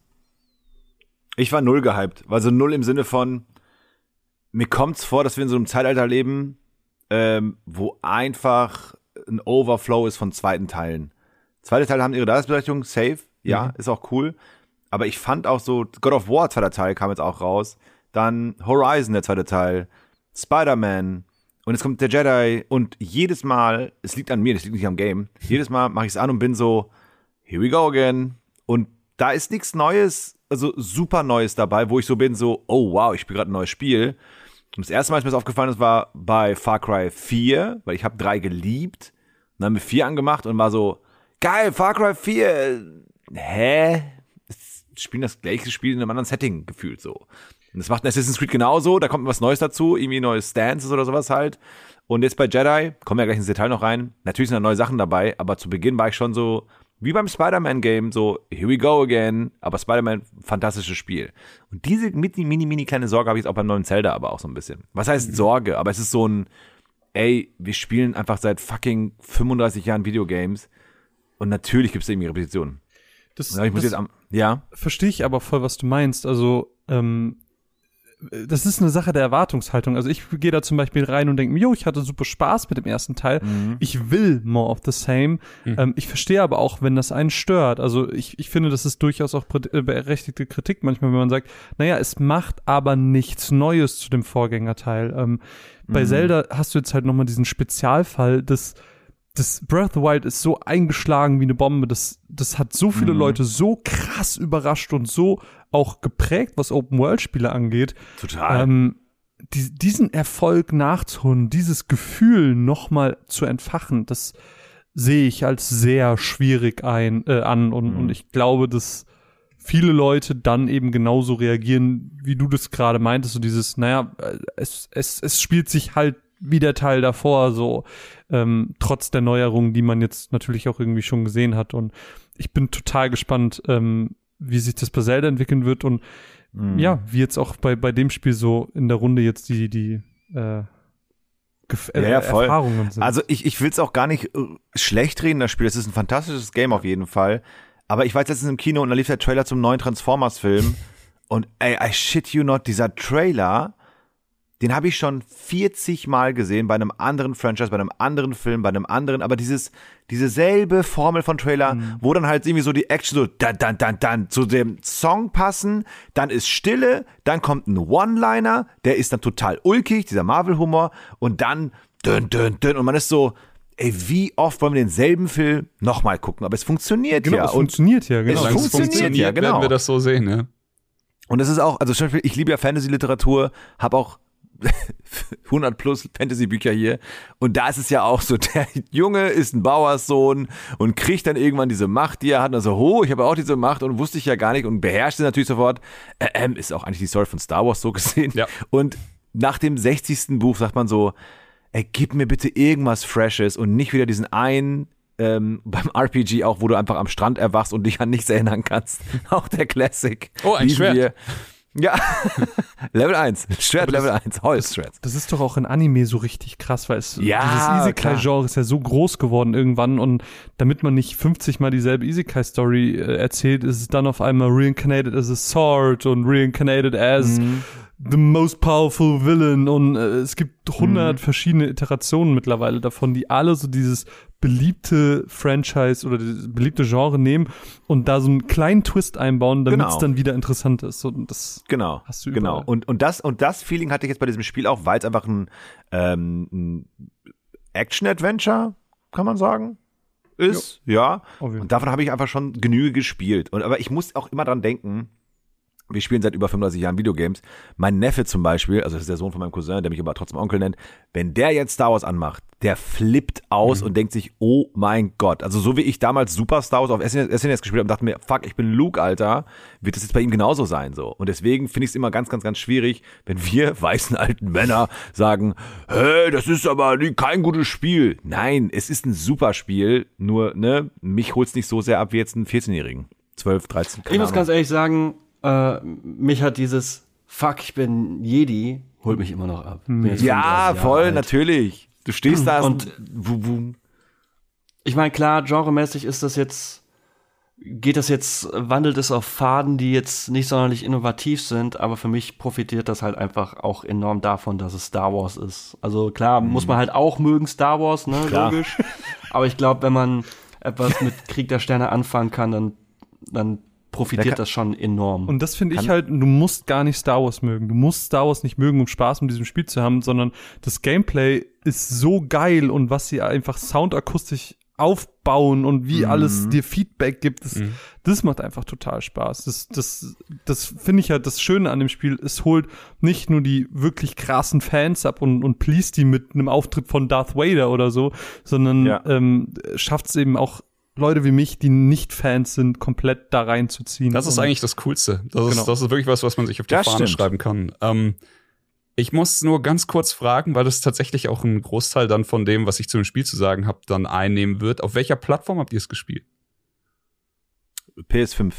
Ich war null gehypt. Also null im Sinne von, mir kommt's vor, dass wir in so einem Zeitalter leben, wo einfach ein Overflow ist von zweiten Teilen. Zweite Teile haben ihre Daseinsberechtigung, safe, ja, ist auch cool. Aber ich fand auch so, God of War, zweiter Teil, kam jetzt auch raus. Dann Horizon, der zweite Teil. Spider-Man. Und jetzt kommt der Jedi. Und jedes Mal, es liegt an mir, das liegt nicht am Game, jedes Mal mache ich es an und bin so, here we go again. Und da ist nichts Neues, also super Neues dabei, wo ich so bin, so, oh wow, ich spiele gerade ein neues Spiel. Und das erste Mal, als mir das aufgefallen ist, war bei Far Cry 4, weil ich habe 3 geliebt. Und dann haben wir 4 angemacht und war so, geil, Far Cry 4, hä? Spielen das gleiche Spiel in einem anderen Setting gefühlt so. Und das macht ein Assassin's Creed genauso, da kommt was Neues dazu, irgendwie neues Stances oder sowas halt. Und jetzt bei Jedi, kommen wir ja gleich ins Detail noch rein, natürlich sind da neue Sachen dabei, aber zu Beginn war ich schon so, wie beim Spider-Man-Game, so, here we go again, aber Spider-Man, fantastisches Spiel. Und diese mini kleine Sorge habe ich jetzt auch beim neuen Zelda aber auch so ein bisschen. Was heißt Sorge? Aber es ist so ein, ey, wir spielen einfach seit fucking 35 Jahren Videogames und natürlich gibt es irgendwie Repetitionen. Ja. Verstehe ich aber voll, was du meinst. Also, das ist eine Sache der Erwartungshaltung. Also ich gehe da zum Beispiel rein und denke mir, ich hatte super Spaß mit dem ersten Teil. Ich will more of the same. Ich verstehe aber auch, wenn das einen stört. Also ich finde, das ist durchaus auch berechtigte Kritik manchmal, wenn man sagt, naja, es macht aber nichts Neues zu dem Vorgängerteil. Bei Zelda hast du jetzt halt nochmal diesen Spezialfall, das Breath of the Wild ist so eingeschlagen wie eine Bombe, das hat so viele Leute so krass überrascht und so auch geprägt, was Open-World-Spiele angeht. Total. Diesen Erfolg nachzuholen, dieses Gefühl nochmal zu entfachen, das sehe ich als sehr schwierig an und ich glaube, dass viele Leute dann eben genauso reagieren, wie du das gerade meintest, so dieses, naja, es spielt sich halt wie der Teil davor, so trotz der Neuerungen, die man jetzt natürlich auch irgendwie schon gesehen hat. Und ich bin total gespannt, wie sich das bei Zelda entwickeln wird und ja, wie jetzt auch bei dem Spiel so in der Runde jetzt die Erfahrungen sind. Also ich will es auch gar nicht schlecht reden, das Spiel. Es ist ein fantastisches Game auf jeden Fall. Aber ich war jetzt letztens im Kino und da lief der Trailer zum neuen Transformers-Film und ey, I shit you not, dieser Trailer, den habe ich schon 40 Mal gesehen bei einem anderen Franchise, bei einem anderen Film, bei einem anderen, aber dieselbe Formel von Trailer, wo dann halt irgendwie so die Action so dann zu dem Song passen, dann ist Stille, dann kommt ein One-Liner, der ist dann total ulkig, dieser Marvel-Humor und dann und man ist so, ey, wie oft wollen wir denselben Film nochmal gucken, aber es funktioniert ja. Es funktioniert ja, genau. Es funktioniert ja, genau. Werden wir das so sehen, ja. Und es ist auch, also zum Beispiel, ich liebe ja Fantasy-Literatur, habe auch 100 plus Fantasy-Bücher hier und da ist es ja auch so, der Junge ist ein Bauerssohn und kriegt dann irgendwann diese Macht, die er hat und so, ich habe auch diese Macht und wusste ich ja gar nicht und beherrscht sie natürlich sofort. Ist auch eigentlich die Story von Star Wars so gesehen. Ja. Und nach dem 60. Buch sagt man so, ey, gib mir bitte irgendwas Freshes und nicht wieder diesen einen beim RPG auch, wo du einfach am Strand erwachst und dich an nichts erinnern kannst. Auch der Classic. Oh, ein Schwert. Ja, Level 1, Schwert Level 1, Holzschwert. Das ist doch auch in Anime so richtig krass, weil dieses Isekai-Genre ist ja so groß geworden irgendwann und damit man nicht 50 Mal dieselbe Isekai-Story erzählt, ist es dann auf einmal reincarnated as a sword und reincarnated as the most powerful villain und es gibt 100 verschiedene Iterationen mittlerweile davon, die alle so dieses beliebte Franchise oder dieses beliebte Genre nehmen und da so einen kleinen Twist einbauen, damit es dann wieder interessant ist. Und das hast du überall. Und das Feeling hatte ich jetzt bei diesem Spiel auch, weil es einfach ein Action-Adventure, kann man sagen, ist. Ja. Und davon habe ich einfach schon Genüge gespielt. Aber ich muss auch immer dran denken, wir spielen seit über 35 Jahren Videogames. Mein Neffe zum Beispiel, also das ist der Sohn von meinem Cousin, der mich aber trotzdem Onkel nennt, wenn der jetzt Star Wars anmacht, der flippt aus und denkt sich, oh mein Gott. Also so wie ich damals Super Star Wars auf SNES gespielt habe und dachte mir, fuck, ich bin Luke, Alter, wird das jetzt bei ihm genauso sein so. Und deswegen finde ich es immer ganz, ganz, ganz schwierig, wenn wir weißen alten Männer sagen, hey, das ist aber kein gutes Spiel. Nein, es ist ein super Spiel, nur mich holt's nicht so sehr ab wie jetzt einen 14-Jährigen. 12, 13, Ich muss ganz ehrlich sagen, mich hat dieses Fuck, ich bin Jedi, holt mich immer noch ab. Ja, voll, natürlich. Du stehst da und ich meine, klar, genremäßig wandelt es auf Pfaden, die jetzt nicht sonderlich innovativ sind, aber für mich profitiert das halt einfach auch enorm davon, dass es Star Wars ist. Also klar, muss man halt auch mögen Star Wars, ne, logisch. Aber ich glaube, wenn man etwas mit Krieg der Sterne anfangen kann, dann profitiert das schon enorm. Und das finde ich halt, du musst gar nicht Star Wars mögen. Du musst Star Wars nicht mögen, um Spaß mit diesem Spiel zu haben, sondern das Gameplay ist so geil und was sie einfach soundakustisch aufbauen und wie alles dir Feedback gibt, das macht einfach total Spaß. Das finde ich halt das Schöne an dem Spiel. Es holt nicht nur die wirklich krassen Fans ab und pleased die mit einem Auftritt von Darth Vader oder so, sondern schafft es eben auch Leute wie mich, die nicht Fans sind, komplett da reinzuziehen. Das ist eigentlich das Coolste. Das ist wirklich was man sich auf die Fahne schreiben kann. Ich muss nur ganz kurz fragen, weil das tatsächlich auch einen Großteil dann von dem, was ich zu dem Spiel zu sagen habe, dann einnehmen wird. Auf welcher Plattform habt ihr es gespielt? PS5.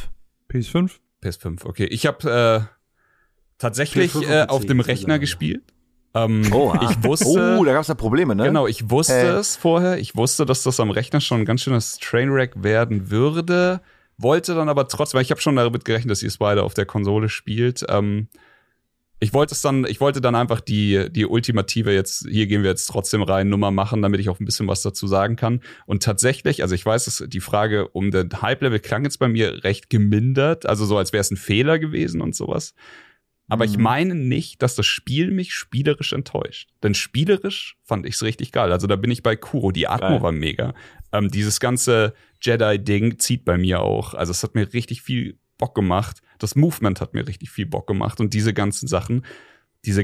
PS5, okay. Ich habe tatsächlich auf dem Rechner gespielt. Ich wusste, da gab es ja Probleme, ne? Genau, ich wusste es vorher. Ich wusste, dass das am Rechner schon ein ganz schönes Trainwreck werden würde. Wollte dann aber trotzdem, weil ich habe schon damit gerechnet, dass ihr es beide auf der Konsole spielt. Ich wollte dann einfach die ultimative hier gehen wir jetzt trotzdem rein, Nummer machen, damit ich auch ein bisschen was dazu sagen kann. Und tatsächlich, also ich weiß, dass die Frage um den Hype-Level klang jetzt bei mir recht gemindert, also so, als wäre es ein Fehler gewesen und sowas. Aber ich meine nicht, dass das Spiel mich spielerisch enttäuscht. Denn spielerisch fand ich es richtig geil. Also da bin ich bei Kuro. Die Atmo war mega. Dieses ganze Jedi-Ding zieht bei mir auch. Also es hat mir richtig viel Bock gemacht. Das Movement hat mir richtig viel Bock gemacht. Und diese ganzen Sachen, diese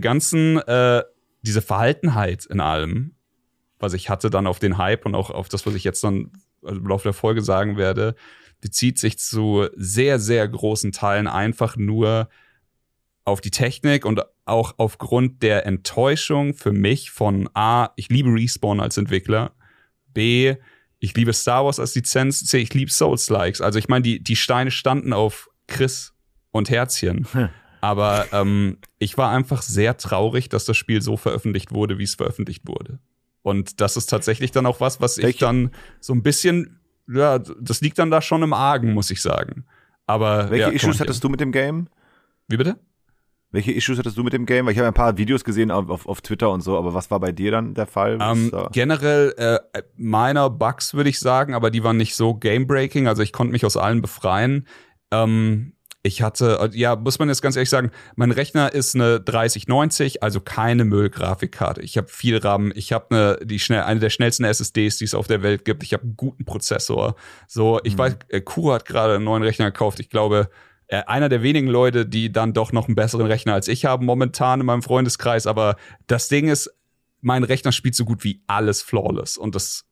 Verhaltenheit in allem, was ich hatte dann auf den Hype und auch auf das, was ich jetzt dann im Laufe der Folge sagen werde, bezieht sich zu sehr, sehr großen Teilen einfach nur auf die Technik und auch aufgrund der Enttäuschung für mich von A, ich liebe Respawn als Entwickler, B, ich liebe Star Wars als Lizenz, C, ich liebe Souls-Likes. Also ich meine, die Steine standen auf Chris und Herzchen. Aber ich war einfach sehr traurig, dass das Spiel so veröffentlicht wurde, wie es veröffentlicht wurde. Und das ist tatsächlich dann auch was ich dann so ein bisschen, ja, das liegt dann da schon im Argen, muss ich sagen. Aber welche Issues hattest du mit dem Game? Wie bitte? Welche Issues hattest du mit dem Game? Weil ich habe ein paar Videos gesehen auf Twitter und so, aber was war bei dir dann der Fall? Generell meiner Bugs, würde ich sagen, aber die waren nicht so game-breaking, also ich konnte mich aus allen befreien. Ich hatte, muss man jetzt ganz ehrlich sagen, mein Rechner ist eine 3090, also keine Müllgrafikkarte. Ich habe viel RAM, ich habe eine der schnellsten SSDs, die es auf der Welt gibt. Ich habe einen guten Prozessor. So, ich weiß, Kuro hat gerade einen neuen Rechner gekauft. Ich glaube, einer der wenigen Leute, die dann doch noch einen besseren Rechner als ich haben momentan in meinem Freundeskreis. Aber das Ding ist, mein Rechner spielt so gut wie alles flawless. Und das,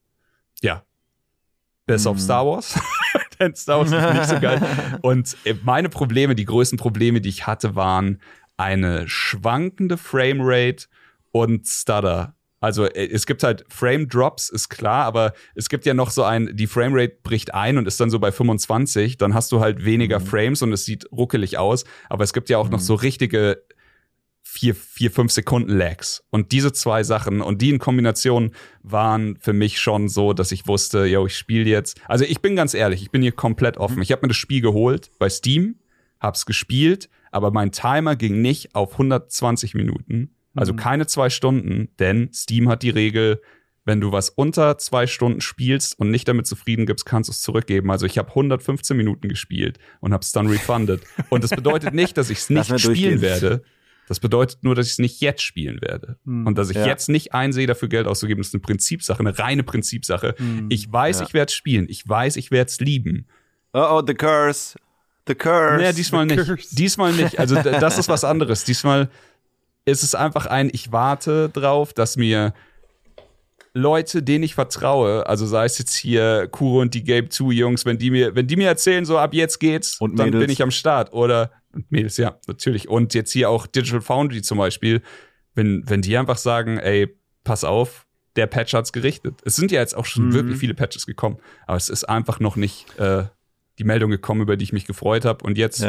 bis auf Star Wars. Denn Star Wars ist nicht so geil. Und meine Probleme, die größten Probleme, die ich hatte, waren eine schwankende Framerate und Stutter. Also es gibt halt Frame-Drops, ist klar, aber es gibt ja noch so die Framerate bricht ein und ist dann so bei 25, dann hast du halt weniger Frames und es sieht ruckelig aus, aber es gibt ja auch noch so richtige 4-5 Sekunden Lags. Und diese zwei Sachen und die in Kombination waren für mich schon so, dass ich wusste, ich spiele jetzt. Also ich bin ganz ehrlich, ich bin hier komplett offen. Ich habe mir das Spiel geholt bei Steam, hab's gespielt, Aber mein Timer ging nicht auf 120 Minuten, also keine 2 Stunden, denn Steam hat die Regel, wenn du was unter 2 Stunden spielst und nicht damit zufrieden gibst, kannst du es zurückgeben. Also ich habe 115 Minuten gespielt und habe es dann refunded. Und das bedeutet nicht, dass ich es nicht spielen werde. Das bedeutet nur, dass ich es nicht jetzt spielen werde. Und dass ich jetzt nicht einsehe, dafür Geld auszugeben. Das ist eine Prinzipsache, eine reine Prinzipsache. Ich weiß, ich werde es spielen. Ich weiß, ich werde es lieben. Oh, the curse. The curse. Nee, diesmal nicht. Diesmal nicht. Also das ist was anderes. Diesmal ist es einfach ich warte drauf, dass mir Leute, denen ich vertraue, also sei es jetzt hier Kuro und die Game 2 Jungs, wenn die mir erzählen, so ab jetzt geht's, und dann bin ich am Start. Oder Mädels, ja, natürlich. Und jetzt hier auch Digital Foundry zum Beispiel, wenn die einfach sagen, ey, pass auf, der Patch hat's gerichtet. Es sind ja jetzt auch schon wirklich viele Patches gekommen, aber es ist einfach noch nicht die Meldung gekommen, über die ich mich gefreut habe. Und jetzt,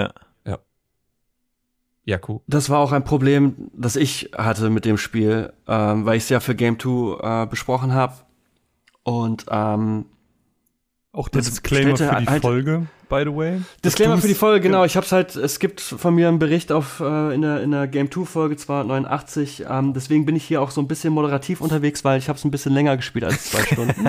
ja, cool. Das war auch ein Problem, das ich hatte mit dem Spiel, weil ich es ja für Game 2 besprochen habe. Und auch der Disclaimer für die Folge, by the way. Disclaimer für die Folge, genau. Es gibt von mir einen Bericht in der Game 2 Folge 289. Deswegen bin ich hier auch so ein bisschen moderativ unterwegs, weil ich habe es ein bisschen länger gespielt als 2 Stunden.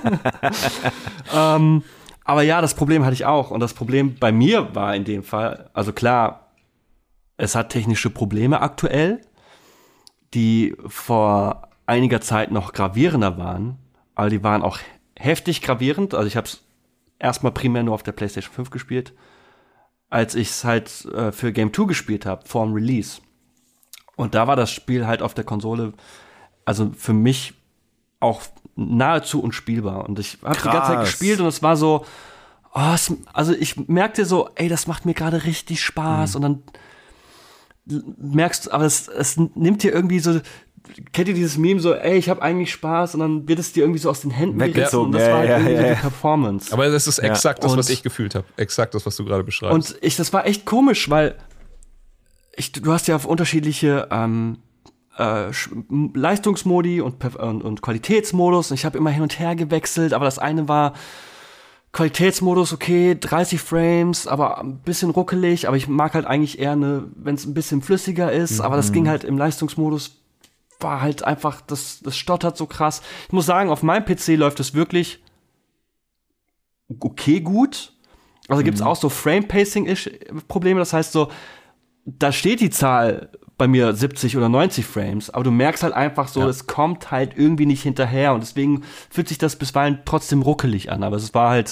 Aber ja, das Problem hatte ich auch. Und das Problem bei mir war in dem Fall, also klar, es hat technische Probleme aktuell, die vor einiger Zeit noch gravierender waren, aber die waren auch heftig gravierend. Also ich habe es erstmal primär nur auf der PlayStation 5 gespielt, als ich es halt für Game 2 gespielt habe, vor dem Release. Und da war das Spiel halt auf der Konsole, also für mich auch nahezu unspielbar. Und ich habe die ganze Zeit gespielt und es war so, also ich merkte so, ey, das macht mir gerade richtig Spaß. Und dann merkst du, aber es nimmt dir irgendwie so, kennt ihr dieses Meme so, ey, ich habe eigentlich Spaß, und dann wird es dir irgendwie so aus den Händen gerissen, und das war halt irgendwie die Performance. Aber das ist exakt das, was ich gefühlt habe. Exakt das, was du gerade beschreibst. Und das war echt komisch, weil du hast ja auf unterschiedliche Leistungsmodi und Qualitätsmodus, und ich habe immer hin und her gewechselt, aber das eine war Qualitätsmodus, okay, 30 Frames, aber ein bisschen ruckelig, aber ich mag halt eigentlich eher wenn es ein bisschen flüssiger ist, aber das ging halt im Leistungsmodus, war halt einfach, das stottert so krass. Ich muss sagen, auf meinem PC läuft es wirklich okay gut. Also gibt's auch so Frame-Pacing-Probleme, das heißt so, da steht die Zahl bei mir 70 oder 90 Frames, aber du merkst halt einfach so, es kommt halt irgendwie nicht hinterher, und deswegen fühlt sich das bisweilen trotzdem ruckelig an, aber es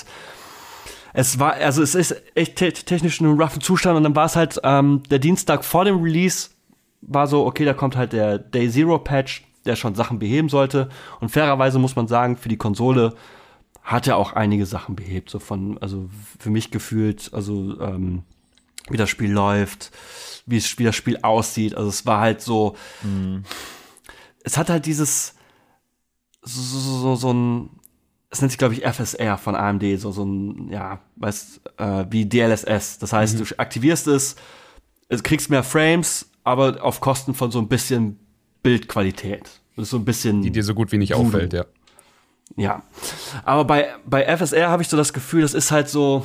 ist echt technisch in einem roughen Zustand, und dann war es halt der Dienstag vor dem Release, war so, okay, da kommt halt der Day Zero Patch, der schon Sachen beheben sollte, und fairerweise muss man sagen, für die Konsole hat er auch einige Sachen behebt, also für mich gefühlt, also wie das Spiel läuft, wie das Spiel aussieht. Also es war halt so, es hat halt dieses so ein, es nennt sich, glaube ich, FSR von AMD, so ein, ja, wie DLSS. Das heißt, du aktivierst es kriegst mehr Frames, aber auf Kosten von so ein bisschen Bildqualität. Das ist so ein bisschen, die dir so gut wie nicht auffällt, ja. Ja, aber bei FSR habe ich so das Gefühl, das ist halt so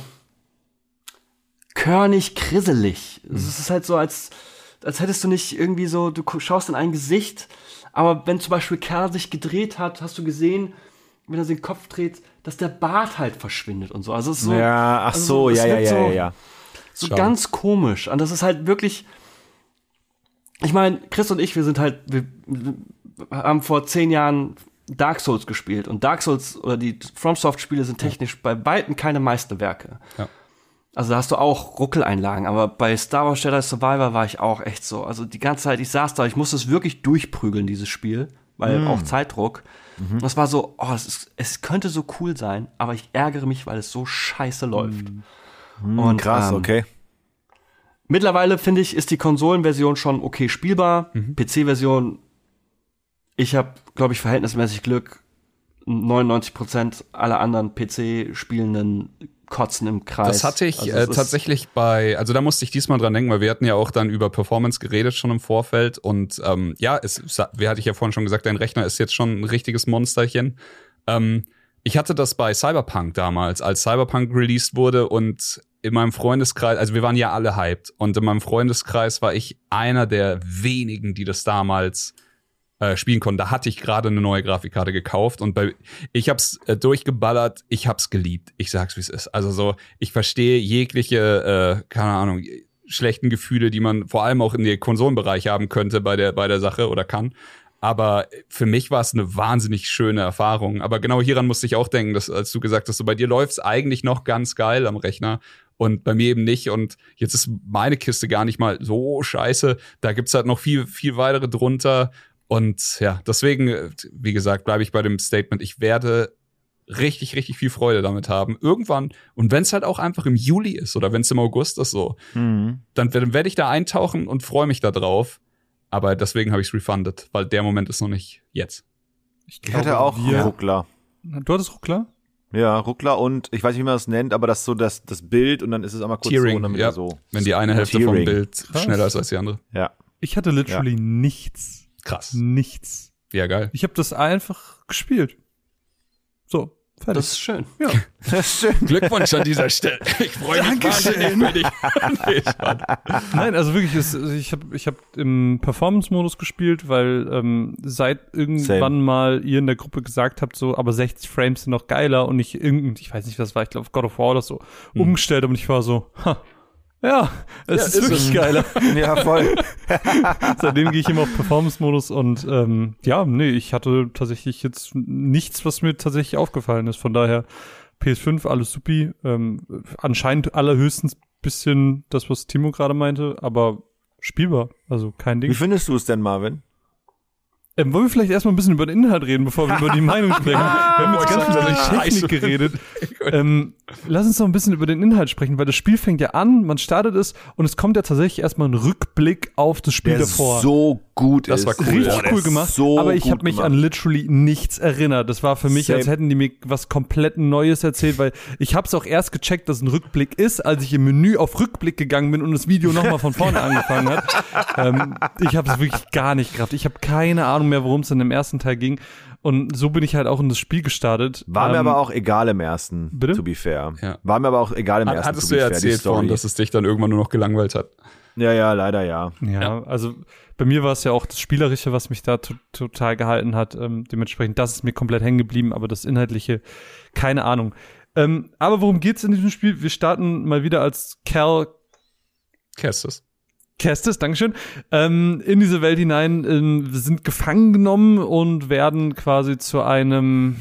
körnig krisselig. Es ist halt so, als hättest du nicht irgendwie so, du schaust in ein Gesicht, aber wenn zum Beispiel Kerl sich gedreht hat, hast du gesehen, wenn er den Kopf dreht, dass der Bart halt verschwindet und so. Also es ist so, ja, ach so, ja. So ganz komisch. Und das ist halt wirklich, ich meine, Chris und ich, wir haben vor 10 Jahren Dark Souls gespielt, und Dark Souls oder die FromSoft-Spiele sind technisch bei weitem keine Meisterwerke. Ja. Also da hast du auch Ruckeleinlagen, aber bei Star Wars Jedi Survivor war ich auch echt so. Also die ganze Zeit, ich saß da, ich musste es wirklich durchprügeln, dieses Spiel, weil auch Zeitdruck. Das war so, es könnte so cool sein, aber ich ärgere mich, weil es so scheiße läuft. Und, krass, okay. Mittlerweile, finde ich, ist die Konsolenversion schon okay spielbar. PC-Version, ich habe, glaube ich, verhältnismäßig Glück. 99% aller anderen PC-Spielenden kotzen im Kreis. Das hatte ich tatsächlich also da musste ich diesmal dran denken, weil wir hatten ja auch dann über Performance geredet schon im Vorfeld, und hatte ich ja vorhin schon gesagt, dein Rechner ist jetzt schon ein richtiges Monsterchen. Ich hatte das bei Cyberpunk damals, als Cyberpunk released wurde, und in meinem Freundeskreis, also wir waren ja alle hyped und in meinem Freundeskreis war ich einer der wenigen, die das damals spielen konnten. Da hatte ich gerade eine neue Grafikkarte gekauft und ich hab's durchgeballert, ich hab's geliebt. Ich sag's, wie es ist. Also so, ich verstehe jegliche, keine Ahnung, schlechten Gefühle, die man vor allem auch in den Konsolenbereich haben könnte bei der Sache oder kann. Aber für mich war es eine wahnsinnig schöne Erfahrung. Aber genau hieran musste ich auch denken, dass, als du gesagt hast, so bei dir läuft's eigentlich noch ganz geil am Rechner und bei mir eben nicht. Und jetzt ist meine Kiste gar nicht mal so scheiße. Da gibt's halt noch viel, viel weitere drunter. Und ja, deswegen, wie gesagt, bleibe ich bei dem Statement. Ich werde richtig, richtig viel Freude damit haben. Irgendwann, und wenn es halt auch einfach im Juli ist oder wenn es im August ist so, dann werde ich da eintauchen und freue mich da drauf. Aber deswegen habe ich es refunded, weil der Moment ist noch nicht jetzt. Ich hatte auch Ruckler. Du hattest Ruckler? Ja, Ruckler und ich weiß nicht, wie man das nennt, aber das ist so das Bild und dann ist es einmal kurz Tearing, so und dann wieder so. Wenn die eine Hälfte vom Tearing. Bild schneller ist als die andere. Ja. Ich hatte literally nichts. Krass. Nichts. Ja, geil. Ich habe das einfach gespielt. So, fertig. Das ist schön. Ja. Das ist schön. Glückwunsch an dieser Stelle. Ich freue mich wahnsinnig für dich. Nee, Nein, also wirklich, ich hab im Performance-Modus gespielt, weil seit irgendwann mal ihr in der Gruppe gesagt habt, so, aber 60 Frames sind noch geiler und nicht ich weiß nicht, was war, ich glaube God of War oder so, umgestellt und ich war so, ja, es ist wirklich geiler. Ja, voll. Seitdem gehe ich immer auf Performance-Modus und ich hatte tatsächlich jetzt nichts, was mir tatsächlich aufgefallen ist. Von daher PS5, alles supi. Anscheinend allerhöchstens bisschen das, was Timo gerade meinte, aber spielbar, also kein Ding. Wie findest du es denn, Marvin? Wollen wir vielleicht erstmal ein bisschen über den Inhalt reden, bevor wir über die Meinung sprechen? Wir haben jetzt ganz viel über die Technik geredet. Lass uns noch ein bisschen über den Inhalt sprechen, weil das Spiel fängt ja an, man startet es und es kommt ja tatsächlich erstmal ein Rückblick auf das Spiel davor. So gut das ist. war cool. Richtig cool gemacht, so aber ich gut habe mich gemacht. an literally nichts erinnert. Das war für mich, Same. als hätten die mir was komplett Neues erzählt, weil ich habe es auch erst gecheckt, dass ein Rückblick ist, als ich im Menü auf Rückblick gegangen bin und das Video nochmal von vorne angefangen hat. Ich habe es wirklich gar nicht gerafft. Ich habe keine Ahnung mehr, worum es in dem ersten Teil ging. Und so bin ich halt auch in das Spiel gestartet. War mir aber auch egal im ersten, Bitte? to be fair. Ja. War mir aber auch egal im ersten, Hattest to du be ja fair, die erzählt Story. vorhin, dass es dich dann irgendwann nur noch gelangweilt hat. Ja, leider ja. Ja, also bei mir war es ja auch das Spielerische, was mich da total gehalten hat. Dementsprechend, das ist mir komplett hängen geblieben, aber das Inhaltliche, keine Ahnung. Aber worum geht's in diesem Spiel? Wir starten mal wieder als Kestis, Dankeschön, in diese Welt hinein, wir sind gefangen genommen und werden quasi zu einem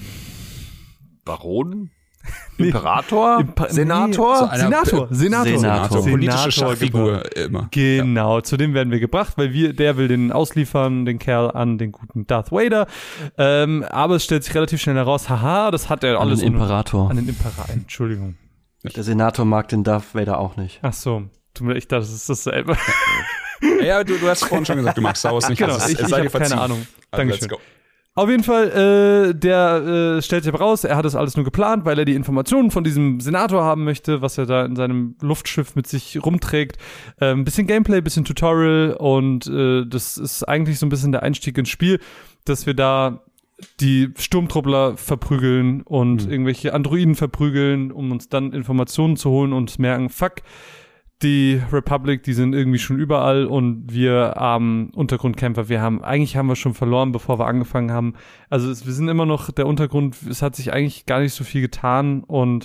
Baron? Imperator? Senator? Senator. politische Schachfigur immer. Genau, zu dem werden wir gebracht, weil der will den ausliefern, den Kerl an den guten Darth Vader. Aber es stellt sich relativ schnell heraus, das hat er alles An den Imperator. An den Imperator, Entschuldigung. Der Senator mag den Darth Vader auch nicht. Ach so, ich dachte, das ist dasselbe. Ja, du hast vorhin schon gesagt, du magst Star Wars nicht. Genau, also ich habe keine Ahnung. Also, Dankeschön. let's go. Auf jeden Fall, der stellt sich aber raus, er hat das alles nur geplant, weil er die Informationen von diesem Senator haben möchte, was er da in seinem Luftschiff mit sich rumträgt. Ein bisschen Gameplay, bisschen Tutorial und das ist eigentlich so ein bisschen der Einstieg ins Spiel, dass wir da die Sturmtruppler verprügeln und irgendwelche Androiden verprügeln, um uns dann Informationen zu holen und merken, fuck, die Republic, die sind irgendwie schon überall und wir Untergrundkämpfer, eigentlich haben wir schon verloren, bevor wir angefangen haben. Also wir sind immer noch der Untergrund, es hat sich eigentlich gar nicht so viel getan und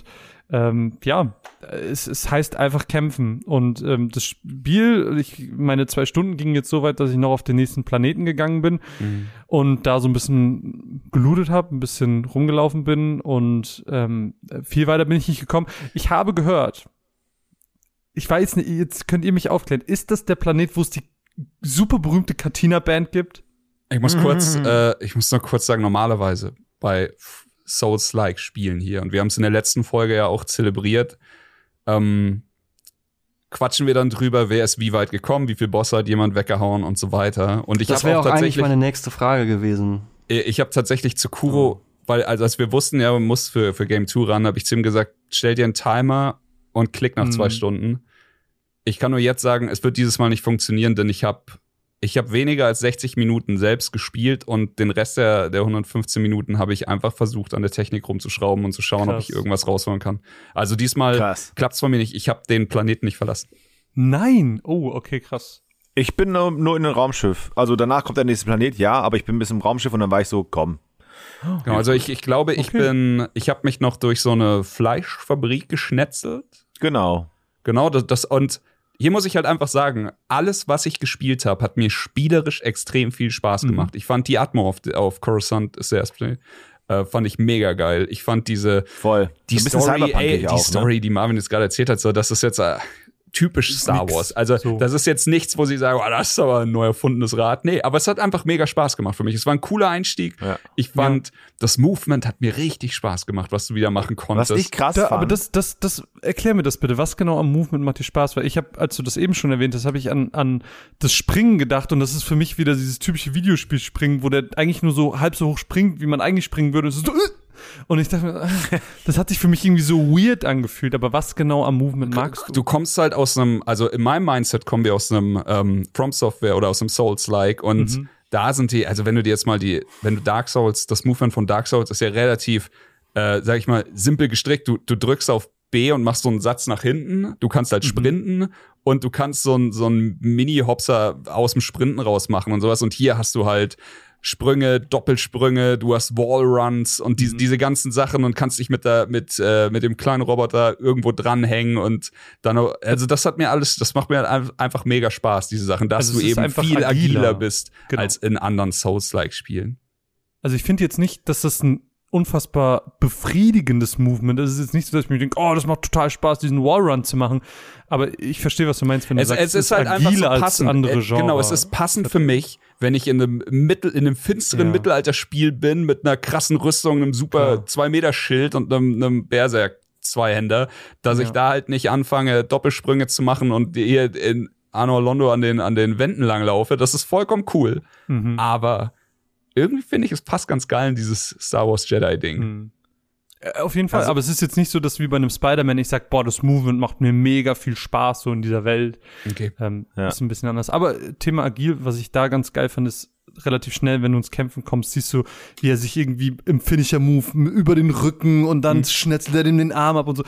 es heißt einfach kämpfen und das Spiel, meine 2 Stunden gingen jetzt so weit, dass ich noch auf den nächsten Planeten gegangen bin und da so ein bisschen gelootet habe, ein bisschen rumgelaufen bin und viel weiter bin ich nicht gekommen. Ich habe gehört, ich weiß nicht, jetzt könnt ihr mich aufklären. Ist das der Planet, wo es die super berühmte Katina-Band gibt? Ich muss noch kurz sagen, normalerweise bei Souls-like Spielen hier, und wir haben es in der letzten Folge ja auch zelebriert, quatschen wir dann drüber, wer ist wie weit gekommen, wie viel Bosse hat jemand weggehauen und so weiter. Und das wäre auch eigentlich meine nächste Frage gewesen. Ich habe tatsächlich zu Kuro, weil als wir wussten, man muss für Game 2 ran, habe ich zu ihm gesagt, stell dir einen Timer und klick nach 2 Stunden. Ich kann nur jetzt sagen, es wird dieses Mal nicht funktionieren, denn ich habe ich habe weniger als 60 Minuten selbst gespielt und den Rest der 115 Minuten habe ich einfach versucht, an der Technik rumzuschrauben und zu schauen, ob ich irgendwas rausholen kann. Also diesmal klappt's von mir nicht. Ich habe den Planeten nicht verlassen. Nein! Oh, okay, krass. Ich bin nur in einem Raumschiff. Also danach kommt der nächste Planet, ja, aber ich bin bis im Raumschiff und dann war ich so, komm. Genau, also ich glaube, ich habe mich noch durch so eine Fleischfabrik geschnetzelt. Genau, und hier muss ich halt einfach sagen, alles, was ich gespielt habe, hat mir spielerisch extrem viel Spaß gemacht. Ich fand die Atmo auf Coruscant fand ich mega geil. Ich fand die Story, die Marvin jetzt gerade erzählt hat, so, das ist jetzt typisch Star Wars. Also das ist jetzt nichts, wo sie sagen, oh, das ist aber ein neu erfundenes Rad. Nee, aber es hat einfach mega Spaß gemacht für mich. Es war ein cooler Einstieg. Ja. Ich fand, das Movement hat mir richtig Spaß gemacht, was du wieder machen konntest. Was ich krass fand. Aber das erklär mir das bitte. Was genau am Movement macht dir Spaß? Weil ich habe, als du das eben schon erwähnt hast, habe ich an das Springen gedacht und das ist für mich wieder dieses typische Videospielspringen, wo der eigentlich nur so halb so hoch springt, wie man eigentlich springen würde. Und ich dachte, das hat sich für mich irgendwie so weird angefühlt, aber was genau am Movement magst du? Du kommst halt aus einem, also in meinem Mindset kommen wir aus einem From Software oder aus einem Souls-like und da sind die, also wenn du Dark Souls, das Movement von Dark Souls ist ja relativ, sag ich mal, simpel gestrickt. Du drückst auf B und machst so einen Satz nach hinten, du kannst halt sprinten und du kannst so einen Mini-Hopser aus dem Sprinten rausmachen und sowas und hier hast du halt Sprünge, Doppelsprünge, du hast Wallruns und diese ganzen Sachen und kannst dich mit dem kleinen Roboter irgendwo dranhängen und dann, also das macht mir einfach mega Spaß, diese Sachen, dass du eben viel agiler bist als in anderen Souls-like-Spielen. Also ich finde jetzt nicht, dass das ein unfassbar befriedigendes Movement. Es ist jetzt nicht so, dass ich mir denke, oh, das macht total Spaß, diesen Wallrun zu machen. Aber ich verstehe, was du meinst, wenn du sagst, es ist halt einfach so passend als andere Genre. Genau, es ist passend für mich, wenn ich in einem finsteren Mittelalterspiel bin mit einer krassen Rüstung, einem super 2-Meter-Schild und einem Berserk-Zweihänder, dass ich da halt nicht anfange, Doppelsprünge zu machen und hier in Anor Londo an den Wänden langlaufe. Das ist vollkommen cool. Aber irgendwie finde ich, es passt ganz geil in dieses Star Wars Jedi-Ding. Auf jeden Fall, aber es ist jetzt nicht so, dass wie bei einem Spider-Man ich sag, boah, das Movement macht mir mega viel Spaß so in dieser Welt. Okay. Ist ein bisschen anders. Aber Thema Agil, was ich da ganz geil fand, ist relativ schnell, wenn du ins Kämpfen kommst, siehst du, wie er sich irgendwie im Finisher-Move über den Rücken und dann schnetzelt er ihm den Arm ab und so.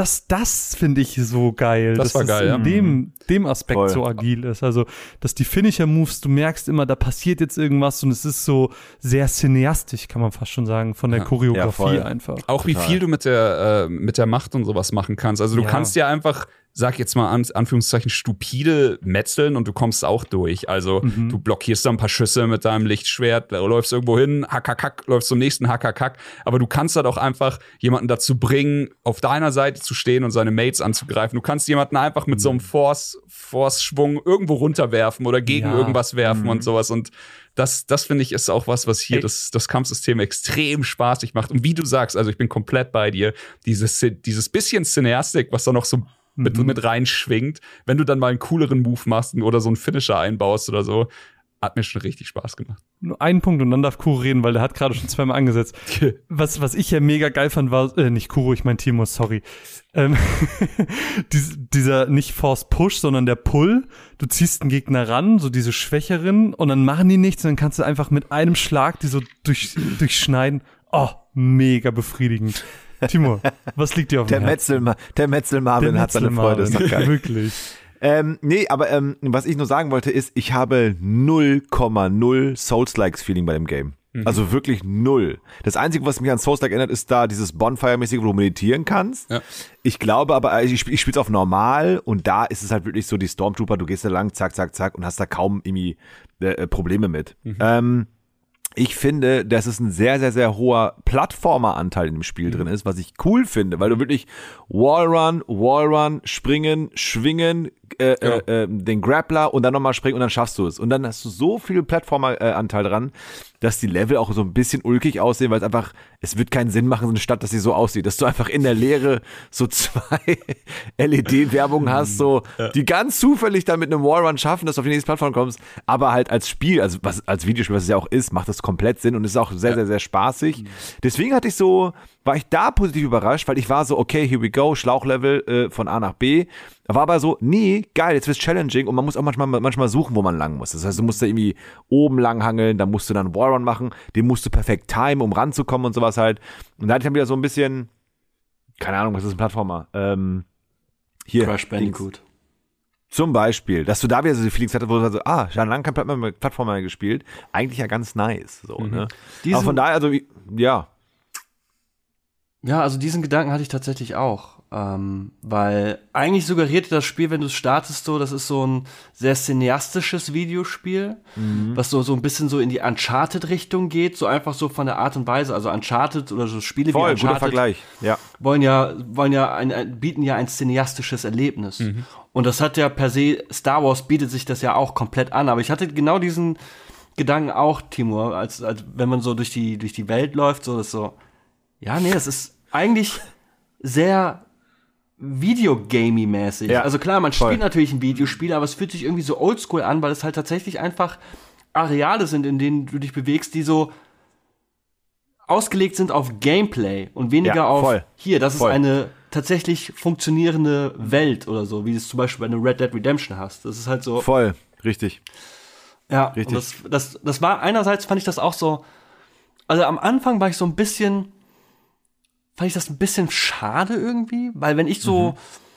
Das finde ich so geil. Das war geil, in dem Aspekt so agil ist. Also, dass die Finisher-Moves, du merkst immer, da passiert jetzt irgendwas und es ist so sehr cineastisch, kann man fast schon sagen, von der Choreografie einfach. Auch wie viel du mit der Macht und sowas machen kannst. Also du kannst ja einfach, sag jetzt mal Anführungszeichen, stupide metzeln und du kommst auch durch. Also du blockierst da ein paar Schüsse mit deinem Lichtschwert, läufst irgendwo hin, hack, läufst zum nächsten, hack. Aber du kannst halt auch einfach jemanden dazu bringen, auf deiner Seite zu stehen und seine Mates anzugreifen. Du kannst jemanden einfach mit so einem Force-Schwung irgendwo runterwerfen oder gegen irgendwas werfen und sowas. Und das finde ich, ist auch was hier das Kampfsystem extrem spaßig macht. Und wie du sagst, also ich bin komplett bei dir, dieses bisschen Cineastik, was da noch so mit reinschwingt, wenn du dann mal einen cooleren Move machst oder so einen Finisher einbaust oder so, hat mir schon richtig Spaß gemacht. Nur einen Punkt und dann darf Kuro reden, weil der hat gerade schon zweimal angesetzt. Was ich ja mega geil fand, war, nicht Kuro, ich mein Timo, sorry. Dieser nicht Force Push, sondern der Pull. Du ziehst einen Gegner ran, so diese Schwächeren, und dann machen die nichts und dann kannst du einfach mit einem Schlag die so durchschneiden. Oh, mega befriedigend. Timo, was liegt dir auf dem Herzen? Der Metzel-Marvin hat seine Freude, ist doch geil. Wirklich. Nee, aber was ich nur sagen wollte ist, ich habe 0,0 Souls-Likes-Feeling bei dem Game. Also wirklich 0. Das Einzige, was mich an Souls-like erinnert, ist da dieses Bonfire-mäßige, wo du meditieren kannst. Ja. Ich glaube aber, ich spiele es auf normal und da ist es halt wirklich so, die Stormtrooper, du gehst da lang, zack, und hast da kaum irgendwie Probleme mit. Ich finde, dass es ein sehr, sehr, sehr hoher Plattformer-Anteil in dem Spiel drin ist, was ich cool finde, weil du wirklich Wallrun, springen, schwingen, den Grappler und dann nochmal springen und dann schaffst du es. Und dann hast du so viel Plattformer-Anteil dran, dass die Level auch so ein bisschen ulkig aussehen, weil es einfach, es wird keinen Sinn machen, so eine Stadt, dass sie so aussieht, dass du einfach in der Leere so 2 LED-Werbungen hast, so, die ganz zufällig dann mit einem Wallrun schaffen, dass du auf die nächste Plattform kommst, aber halt als Spiel, also als Videospiel, was es ja auch ist, macht das komplett Sinn und ist auch sehr, sehr, sehr spaßig. Deswegen war ich da positiv überrascht, weil ich war so, okay, here we go, Schlauchlevel von A nach B War aber so, nee, geil, jetzt wird's challenging und man muss auch manchmal suchen, wo man lang muss. Das heißt, du musst da irgendwie oben lang hangeln, dann musst du dann Wallrun machen, den musst du perfekt timen, um ranzukommen und sowas halt. Und da hatte ich dann wieder so ein bisschen, keine Ahnung, was ist ein Plattformer? Hier. Crash Bandicoot. Zum Beispiel, dass du da wieder so die Feelings hattest, wo du so, schon lange kein Plattformer mehr gespielt. Eigentlich ja ganz nice. So, ne? Aber von daher, also, ja. Ja, also diesen Gedanken hatte ich tatsächlich auch. Weil eigentlich suggerierte das Spiel, wenn du es startest, so, das ist so ein sehr cineastisches Videospiel, was so ein bisschen so in die Uncharted-Richtung geht, so einfach so von der Art und Weise. Also Uncharted oder so Spiele wie Uncharted guter Vergleich. Ja. bieten ja ein cineastisches Erlebnis. Und das hat ja per se, Star Wars bietet sich das ja auch komplett an. Aber ich hatte genau diesen Gedanken auch, Timur, als wenn man so durch die Welt läuft, so das so, ja, nee, das ist eigentlich sehr Videogamey-mäßig. Ja, also klar, man voll. spielt natürlich ein Videospiel, aber es fühlt sich irgendwie so oldschool an, weil es halt tatsächlich einfach Areale sind, in denen du dich bewegst, die so ausgelegt sind auf Gameplay und weniger auf voll. hier, das Voll. ist eine tatsächlich funktionierende Welt oder so, wie du es zum Beispiel bei einer Red Dead Redemption hast. Das ist halt so. Voll, richtig. Ja, Richtig. und das war einerseits, fand ich das auch so, also am Anfang war ich so ein bisschen, fand ich das ein bisschen schade irgendwie, weil wenn ich so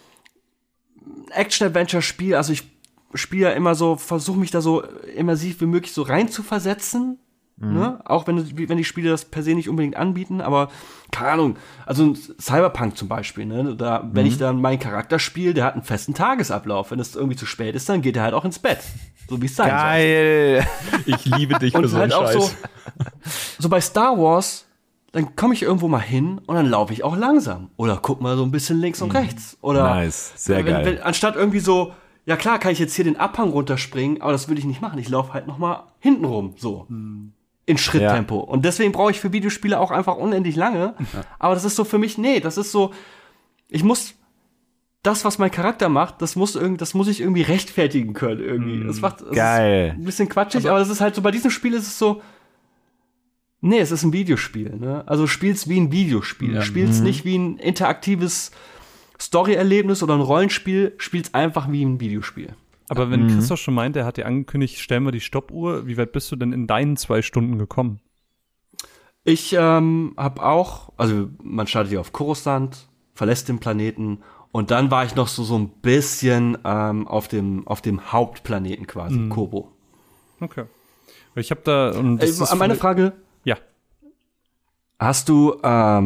Action-Adventure spiele, also ich spiele ja immer so, versuche mich da so immersiv wie möglich so rein zu versetzen, ne? Auch wenn die Spiele das per se nicht unbedingt anbieten, aber keine Ahnung, also Cyberpunk zum Beispiel, ne? Da, wenn ich dann meinen Charakter spiele, der hat einen festen Tagesablauf, wenn es irgendwie zu spät ist, dann geht er halt auch ins Bett, so wie es sein soll. Geil. Ich liebe dich für Und so einen halt auch Scheiß. so bei Star Wars, dann komme ich irgendwo mal hin und dann laufe ich auch langsam. Oder guck mal so ein bisschen links und rechts. Oder Nice, sehr geil. Anstatt irgendwie so, ja klar, kann ich jetzt hier den Abhang runterspringen, aber das würde ich nicht machen. Ich laufe halt noch mal hinten rum, so. In Schritttempo. Und deswegen brauche ich für Videospiele auch einfach unendlich lange. Aber das ist so für mich, nee, das ist so, ich muss das, was mein Charakter macht, das muss ich irgendwie rechtfertigen können irgendwie. Das Geil. ist ein bisschen quatschig, aber das ist halt so, bei diesem Spiel ist es so, nee, es ist ein Videospiel, ne? Also spiel's wie ein Videospiel. Spiel's nicht wie ein interaktives Story-Erlebnis oder ein Rollenspiel, spiel's einfach wie ein Videospiel. Aber wenn Christoph schon meint, er hat dir angekündigt, stellen wir die Stoppuhr, wie weit bist du denn in deinen 2 Stunden gekommen? Ich habe auch, also man startet hier auf Coruscant, verlässt den Planeten und dann war ich noch so ein bisschen auf dem Hauptplaneten quasi, Kobo. Okay. Weil ich habe da und das ist meine Frage, ja. hast du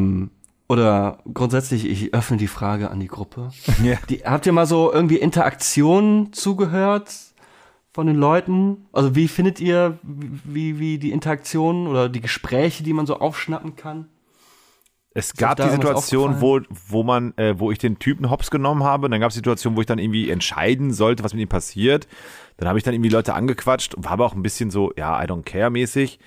oder grundsätzlich, ich öffne die Frage an die Gruppe. Ja. Habt ihr mal so irgendwie Interaktionen zugehört von den Leuten? Also wie findet ihr, wie die Interaktionen oder die Gespräche, die man so aufschnappen kann? Es Ist gab euch da die irgendwas Situation, wo ich den Typen hops genommen habe. Und dann gab es die Situation, wo ich dann irgendwie entscheiden sollte, was mit ihm passiert. Dann habe ich dann irgendwie Leute angequatscht und war aber auch ein bisschen so, ja, I don't care mäßig.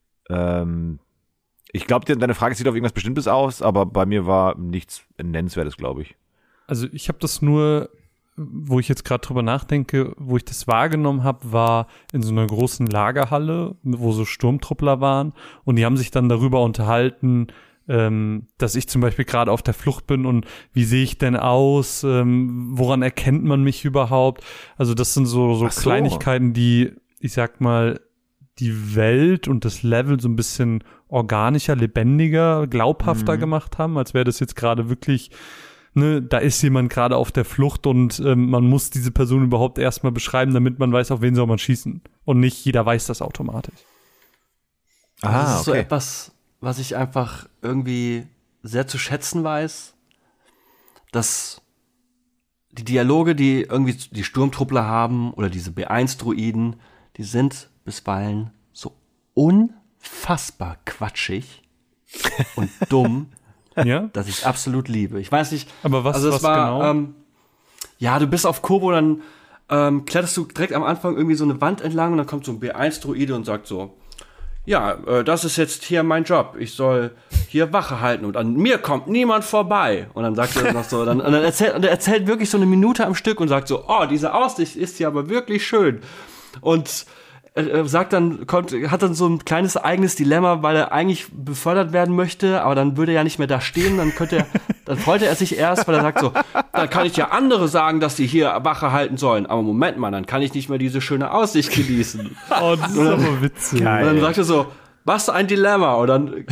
Ich glaube, deine Frage sieht auf irgendwas Bestimmtes aus, aber bei mir war nichts Nennenswertes, glaube ich. Also ich habe das nur, wo ich jetzt gerade drüber nachdenke, wo ich das wahrgenommen habe, war in so einer großen Lagerhalle, wo so Sturmtruppler waren und die haben sich dann darüber unterhalten, dass ich zum Beispiel gerade auf der Flucht bin und wie sehe ich denn aus, woran erkennt man mich überhaupt? Also das sind so Ach so. Kleinigkeiten, die, ich sag mal, die Welt und das Level so ein bisschen organischer, lebendiger, glaubhafter gemacht haben, als wäre das jetzt gerade wirklich, ne, da ist jemand gerade auf der Flucht und man muss diese Person überhaupt erstmal beschreiben, damit man weiß, auf wen soll man schießen. Und nicht jeder weiß das automatisch. Das ist so etwas, was ich einfach irgendwie sehr zu schätzen weiß, dass die Dialoge, die irgendwie die Sturmtruppler haben oder diese B1-Droiden, die sind bisweilen so unfassbar quatschig und dumm, Ja? dass ich es absolut liebe. Ich weiß nicht, Aber was es war, genau? ja, du bist auf Kobo, dann kletterst du direkt am Anfang irgendwie so eine Wand entlang und dann kommt so ein B1-Droide und sagt so, ja, das ist jetzt hier mein Job. Ich soll hier Wache halten und an mir kommt niemand vorbei. Und dann sagt er noch so, und er erzählt wirklich so eine Minute am Stück und sagt so, oh, diese Aussicht ist hier aber wirklich schön. Und sagt dann, hat dann so ein kleines eigenes Dilemma, weil er eigentlich befördert werden möchte, aber dann würde er ja nicht mehr da stehen, dann könnte dann freute er sich erst, weil er sagt so, dann kann ich ja andere sagen, dass die hier Wache halten sollen. Aber Moment mal, dann kann ich nicht mehr diese schöne Aussicht genießen. Oh, das ist aber witzig. Und dann sagt er so, was ein Dilemma. Und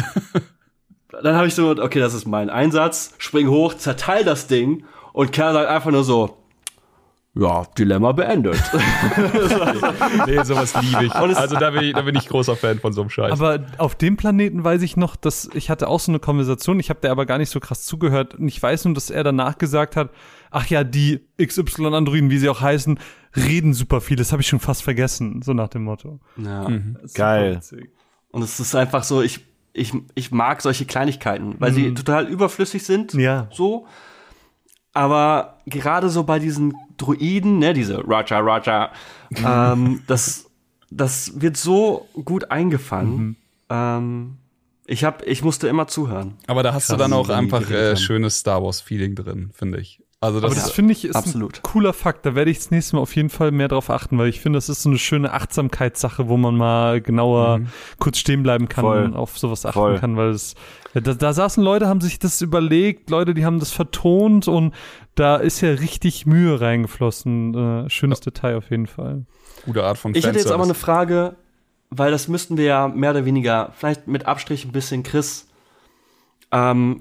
dann habe ich so, okay, das ist mein Einsatz, spring hoch, zerteil das Ding und Kerl sagt einfach nur so, ja, Dilemma beendet. Nee, sowas liebe ich. Also da bin ich großer Fan von so einem Scheiß. Aber auf dem Planeten weiß ich noch, dass ich hatte auch so eine Konversation, ich habe der aber gar nicht so krass zugehört und ich weiß nur, dass er danach gesagt hat, ach ja, die XY-Androiden, wie sie auch heißen, reden super viel, das habe ich schon fast vergessen, so nach dem Motto. Ja. Geil. Und es ist einfach so, ich mag solche Kleinigkeiten, weil sie total überflüssig sind. Ja. So. Aber gerade so bei diesen Droiden, ne, diese Roger, das wird so gut eingefangen. Ich musste immer zuhören. Aber da hast du dann auch einfach schönes Star Wars-Feeling drin, finde ich. Also das finde ich ist absolut ein cooler Fakt. Da werde ich das nächste Mal auf jeden Fall mehr drauf achten, weil ich finde, das ist so eine schöne Achtsamkeitssache, wo man mal genauer kurz stehen bleiben kann und auf sowas achten kann, weil da saßen Leute, haben sich das überlegt, Leute, die haben das vertont und da ist ja richtig Mühe reingeflossen. Schönes Detail auf jeden Fall. Gute Art von Ich hätte jetzt Fanservice. aber eine Frage, weil das müssten wir ja mehr oder weniger, vielleicht mit Abstrich ein bisschen, Chris. Kerl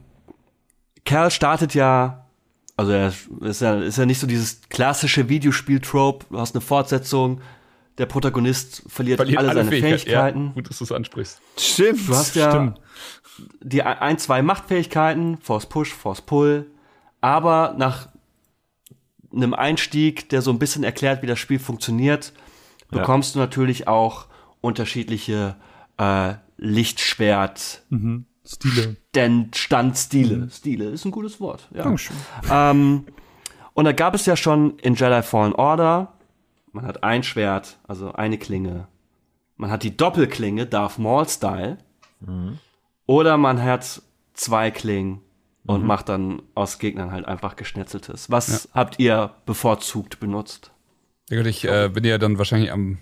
startet ja, also er ist ja nicht so dieses klassische Videospiel-Trope, du hast eine Fortsetzung, der Protagonist verliert alle seine Fähigkeiten. Ja, gut, dass du es ansprichst. Stimmt. Du hast ja die 2 Machtfähigkeiten, Force Push, Force Pull, aber nach einem Einstieg, der so ein bisschen erklärt, wie das Spiel funktioniert, bekommst du natürlich auch unterschiedliche Lichtschwert Stile. Standstile. Stile ist ein gutes Wort. Ja. Dankeschön. Und da gab es ja schon in Jedi Fallen Order, man hat ein Schwert, also eine Klinge. Man hat die Doppelklinge, Darth Maul-Style. Oder man hat 2 Klingen und macht dann aus Gegnern halt einfach Geschnetzeltes. Was habt ihr bevorzugt benutzt? Ja gut, ich bin ja dann wahrscheinlich am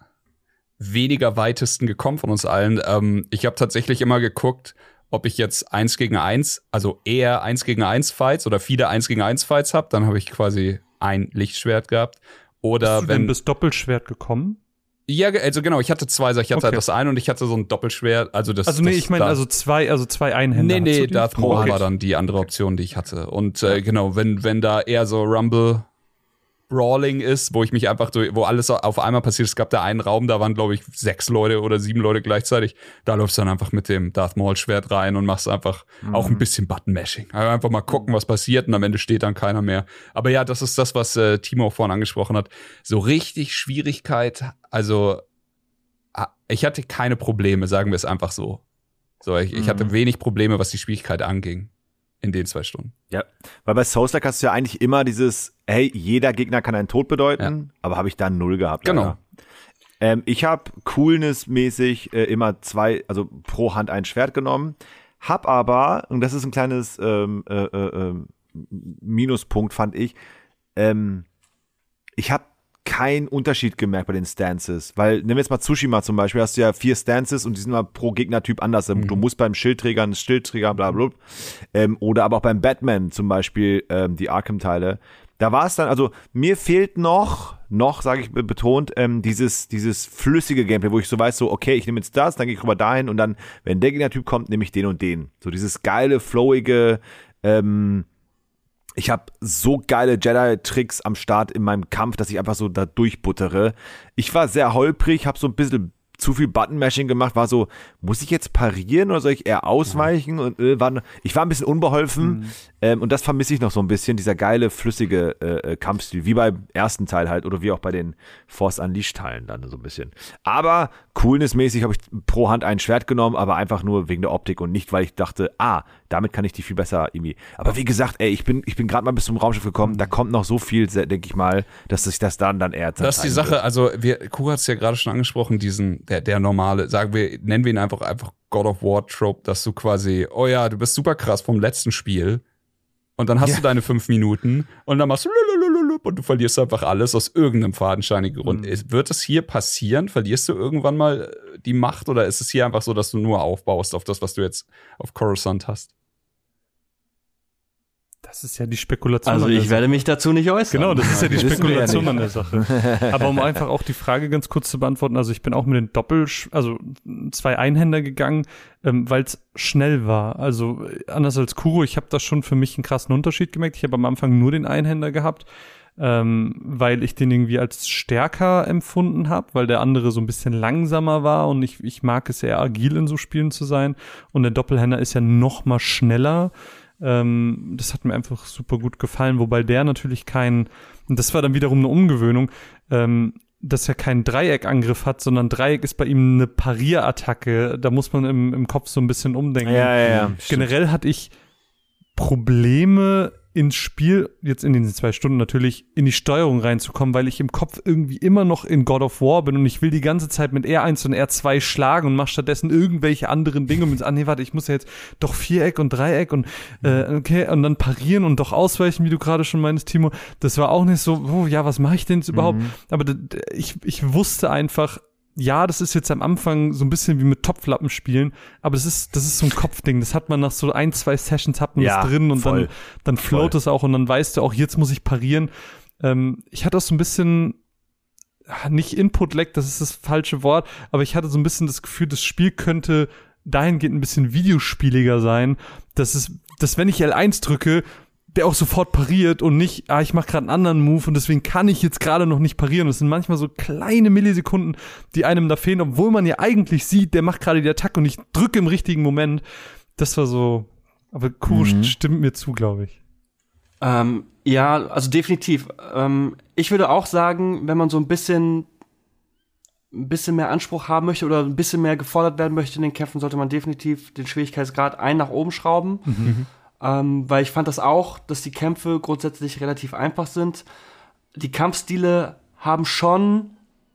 weniger weitesten gekommen von uns allen. Ich habe tatsächlich immer geguckt, ob ich jetzt 1 gegen 1, also eher 1 gegen 1 Fights oder viele 1 gegen 1 Fights habe, dann habe ich quasi ein Lichtschwert gehabt. Oder Bist du denn bis Doppelschwert gekommen? Ja, also genau, ich hatte 2, ich hatte halt das eine und ich hatte so ein Doppelschwert, ich meine zwei Einhänder. Nee, Darth Maul war dann die andere Option, die ich hatte. Und genau, wenn da eher so Rumble Brawling ist, wo ich mich einfach wo alles auf einmal passiert. Es gab da einen Raum, da waren, glaube ich, 6 Leute oder 7 Leute gleichzeitig. Da läufst du dann einfach mit dem Darth Maul Schwert rein und machst einfach auch ein bisschen Button-Mashing. Also einfach mal gucken, was passiert und am Ende steht dann keiner mehr. Aber ja, das ist das, was Timo vorhin angesprochen hat. So richtig Schwierigkeit, also ich hatte keine Probleme, sagen wir es einfach so. Ich hatte wenig Probleme, was die Schwierigkeit anging. In den 2 Stunden. Ja, weil bei Souls-like hast du ja eigentlich immer dieses, hey, jeder Gegner kann einen Tod bedeuten, aber habe ich da 0 gehabt. Genau. Ich habe Coolness-mäßig immer 2, also pro Hand ein Schwert genommen, hab aber, und das ist ein kleines Minuspunkt, fand ich, ich habe keinen Unterschied gemerkt bei den Stances, weil, nehmen wir jetzt mal Tsushima zum Beispiel, hast du ja 4 Stances und die sind mal pro Gegnertyp anders. Du musst beim Schildträger einen Schildträger, bla bla. Oder aber auch beim Batman zum Beispiel, die Arkham-Teile. Da war es dann, also mir fehlt noch, sage ich betont, dieses flüssige Gameplay, wo ich so weiß, so, okay, ich nehme jetzt das, dann gehe ich rüber dahin und dann, wenn der Gegnertyp kommt, nehme ich den und den. So dieses geile, flowige, ich habe so geile Jedi-Tricks am Start in meinem Kampf, dass ich einfach so da durchbuttere. Ich war sehr holprig, habe so ein bisschen zu viel Button-Mashing gemacht, war so, muss ich jetzt parieren oder soll ich eher ausweichen? Und ich war ein bisschen unbeholfen und das vermisse ich noch so ein bisschen, dieser geile, flüssige Kampfstil, wie beim ersten Teil halt oder wie auch bei den Force Unleashed-Teilen dann so ein bisschen. Aber coolness-mäßig habe ich pro Hand ein Schwert genommen, aber einfach nur wegen der Optik und nicht, weil ich dachte, damit kann ich die viel besser irgendwie. Aber wie gesagt, ich bin gerade mal bis zum Raumschiff gekommen, da kommt noch so viel, denke ich mal, dass sich das dann eher Das ist die Sache, wird. also Kuro hat es ja gerade schon angesprochen, der normale, nennen wir ihn einfach God of War Trope, dass du quasi, oh ja, du bist super krass vom letzten Spiel und dann hast du deine 5 Minuten und dann machst du und du verlierst einfach alles aus irgendeinem fadenscheinigen Grund. Wird es hier passieren? Verlierst du irgendwann mal die Macht oder ist es hier einfach so, dass du nur aufbaust auf das, was du jetzt auf Coruscant hast? Das ist ja die Spekulation. Also ich werde mich dazu nicht äußern. Genau, das ist ja die wissen wir Spekulation ja an der Sache. Aber um einfach auch die Frage ganz kurz zu beantworten, also ich bin auch mit den also 2 Einhänder gegangen, weil es schnell war. Also anders als Kuro, ich habe da schon für mich einen krassen Unterschied gemerkt. Ich habe am Anfang nur den Einhänder gehabt, weil ich den irgendwie als stärker empfunden habe, weil der andere so ein bisschen langsamer war und ich mag es eher agil in so Spielen zu sein. Und der Doppelhänder ist ja noch mal schneller. Das hat mir einfach super gut gefallen, wobei der natürlich und das war dann wiederum eine Umgewöhnung, dass er keinen Dreieckangriff hat, sondern Dreieck ist bei ihm eine Parierattacke. Da muss man im Kopf so ein bisschen umdenken. Ja. Generell hatte ich Probleme ins Spiel, jetzt in den 2 Stunden natürlich, in die Steuerung reinzukommen, weil ich im Kopf irgendwie immer noch in God of War bin und ich will die ganze Zeit mit R1 und R2 schlagen und mache stattdessen irgendwelche anderen Dinge und nee, warte, ich muss ja jetzt doch Viereck und Dreieck und okay, und dann parieren und doch ausweichen, wie du gerade schon meinst, Timo. Das war auch nicht so, was mache ich denn jetzt überhaupt? Aber ich wusste einfach, ja, das ist jetzt am Anfang so ein bisschen wie mit Topflappen spielen, aber das ist so ein Kopfding. Das hat man nach so 1, 2 Sessions hat man das drin und dann float es auch und dann weißt du auch, jetzt muss ich parieren. Ich hatte auch so ein bisschen, nicht Input-Lag, das ist das falsche Wort, aber ich hatte so ein bisschen das Gefühl, das Spiel könnte dahingehend ein bisschen videospieliger sein, dass wenn ich L1 drücke, der auch sofort pariert und nicht, ich mache gerade einen anderen Move und deswegen kann ich jetzt gerade noch nicht parieren. Das sind manchmal so kleine Millisekunden, die einem da fehlen, obwohl man ja eigentlich sieht, der macht gerade die Attacke und ich drücke im richtigen Moment. Das war so, aber Kuro stimmt mir zu, glaube ich. Ja, also definitiv. Ich würde auch sagen, wenn man so ein bisschen mehr Anspruch haben möchte oder ein bisschen mehr gefordert werden möchte in den Kämpfen, sollte man definitiv den Schwierigkeitsgrad nach oben schrauben. Weil ich fand das auch, dass die Kämpfe grundsätzlich relativ einfach sind. Die Kampfstile haben schon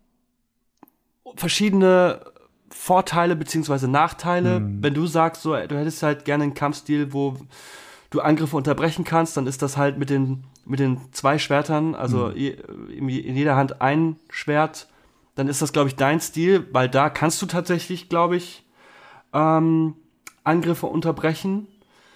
verschiedene Vorteile beziehungsweise Nachteile. Wenn du sagst, so, du hättest halt gerne einen Kampfstil, wo du Angriffe unterbrechen kannst, dann ist das halt mit den 2 Schwertern, also in jeder Hand ein Schwert, dann ist das, glaube ich, dein Stil, weil da kannst du tatsächlich, glaube ich, Angriffe unterbrechen.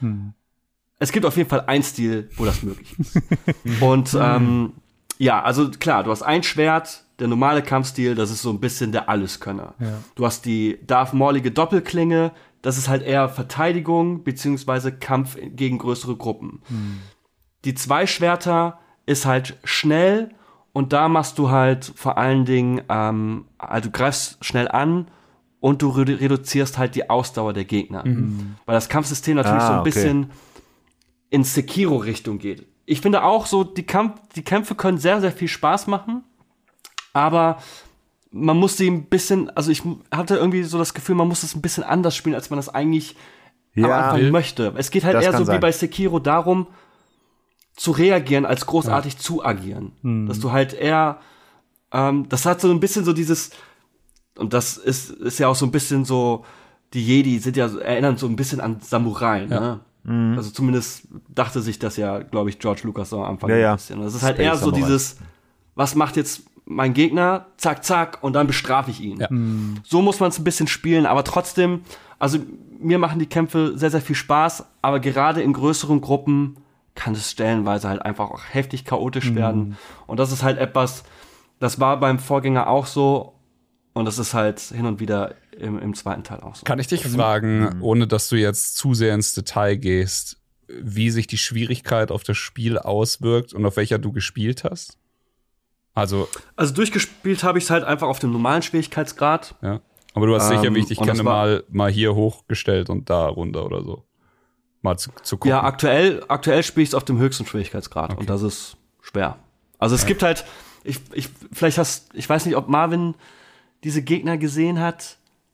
Es gibt auf jeden Fall einen Stil, wo das möglich ist. Und also klar, du hast ein Schwert, der normale Kampfstil, das ist so ein bisschen der Alleskönner. Ja. Du hast die Darth Maulige Doppelklinge, das ist halt eher Verteidigung beziehungsweise Kampf gegen größere Gruppen. Die 2 Schwerter ist halt schnell und da machst du halt vor allen Dingen, also du greifst schnell an und du reduzierst halt die Ausdauer der Gegner. Weil das Kampfsystem natürlich so ein bisschen in Sekiro-Richtung geht. Ich finde auch so, die Kämpfe können sehr, sehr viel Spaß machen, aber man muss sie ein bisschen, also ich hatte irgendwie so das Gefühl, man muss es ein bisschen anders spielen, als man das eigentlich am Anfang möchte. Es geht halt eher so wie bei Sekiro darum, zu reagieren, als großartig zu agieren. Dass du halt eher, das hat so ein bisschen so dieses, und das ist ja auch so ein bisschen so, die Jedi erinnern so ein bisschen an Samurai, ne? Also zumindest dachte sich das ja, glaube ich, George Lucas am Anfang ein bisschen. Und das ist halt eher so dieses, was macht jetzt mein Gegner? Zack, zack, und dann bestrafe ich ihn. Ja. So muss man es ein bisschen spielen, aber trotzdem, also mir machen die Kämpfe sehr, sehr viel Spaß, aber gerade in größeren Gruppen kann es stellenweise halt einfach auch heftig chaotisch werden. Und das ist halt etwas, das war beim Vorgänger auch so und das ist halt hin und wieder im zweiten Teil auch so. Kann ich dich fragen, ohne dass du jetzt zu sehr ins Detail gehst, wie sich die Schwierigkeit auf das Spiel auswirkt und auf welcher du gespielt hast? Also durchgespielt habe ich es halt einfach auf dem normalen Schwierigkeitsgrad. Ja. Aber du hast sicher, wie ich dich kenne, mal hier hochgestellt und da runter oder so. Mal zu gucken. Ja, aktuell spiele ich es auf dem höchsten Schwierigkeitsgrad und das ist schwer. Also es gibt halt, ich weiß nicht, ob Marvin diese Gegner gesehen hat.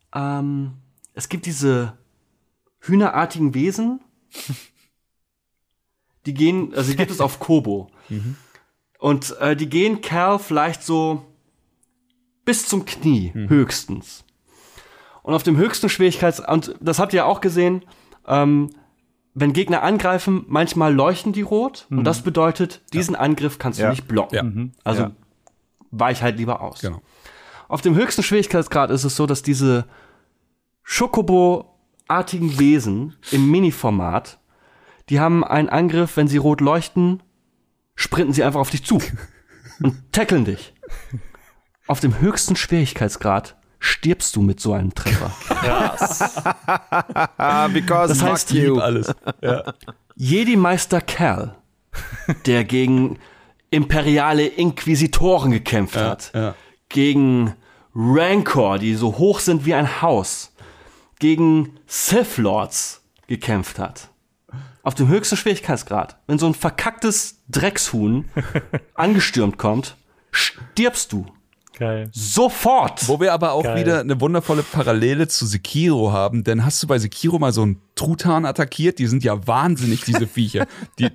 Es gibt diese hühnerartigen Wesen, die gibt es auf Kobo. Und die gehen Kerl vielleicht so bis zum Knie, höchstens. Und auf dem höchsten und das habt ihr auch gesehen, wenn Gegner angreifen, manchmal leuchten die rot. Und das bedeutet, diesen Angriff kannst du nicht blocken. Ja. Also weich halt lieber aus. Genau. Auf dem höchsten Schwierigkeitsgrad ist es so, dass diese Schokobo-artigen Wesen im Mini-Format, die haben einen Angriff, wenn sie rot leuchten, sprinten sie einfach auf dich zu und tackeln dich. Auf dem höchsten Schwierigkeitsgrad stirbst du mit so einem Treffer. Because Das heißt, fuck you. Alles. Ja. Jedi-Meister Cal, der gegen imperiale Inquisitoren gekämpft hat, ja. gegen Rancor, die so hoch sind wie ein Haus, gegen Sith Lords gekämpft hat. Auf dem höchsten Schwierigkeitsgrad. Wenn so ein verkacktes Dreckshuhn angestürmt kommt, stirbst du. Geil. Sofort! Wo wir aber auch Geil. wieder eine wundervolle Parallele zu Sekiro haben, denn hast du bei Sekiro mal so einen Truthahn attackiert? Die sind ja wahnsinnig, diese Viecher.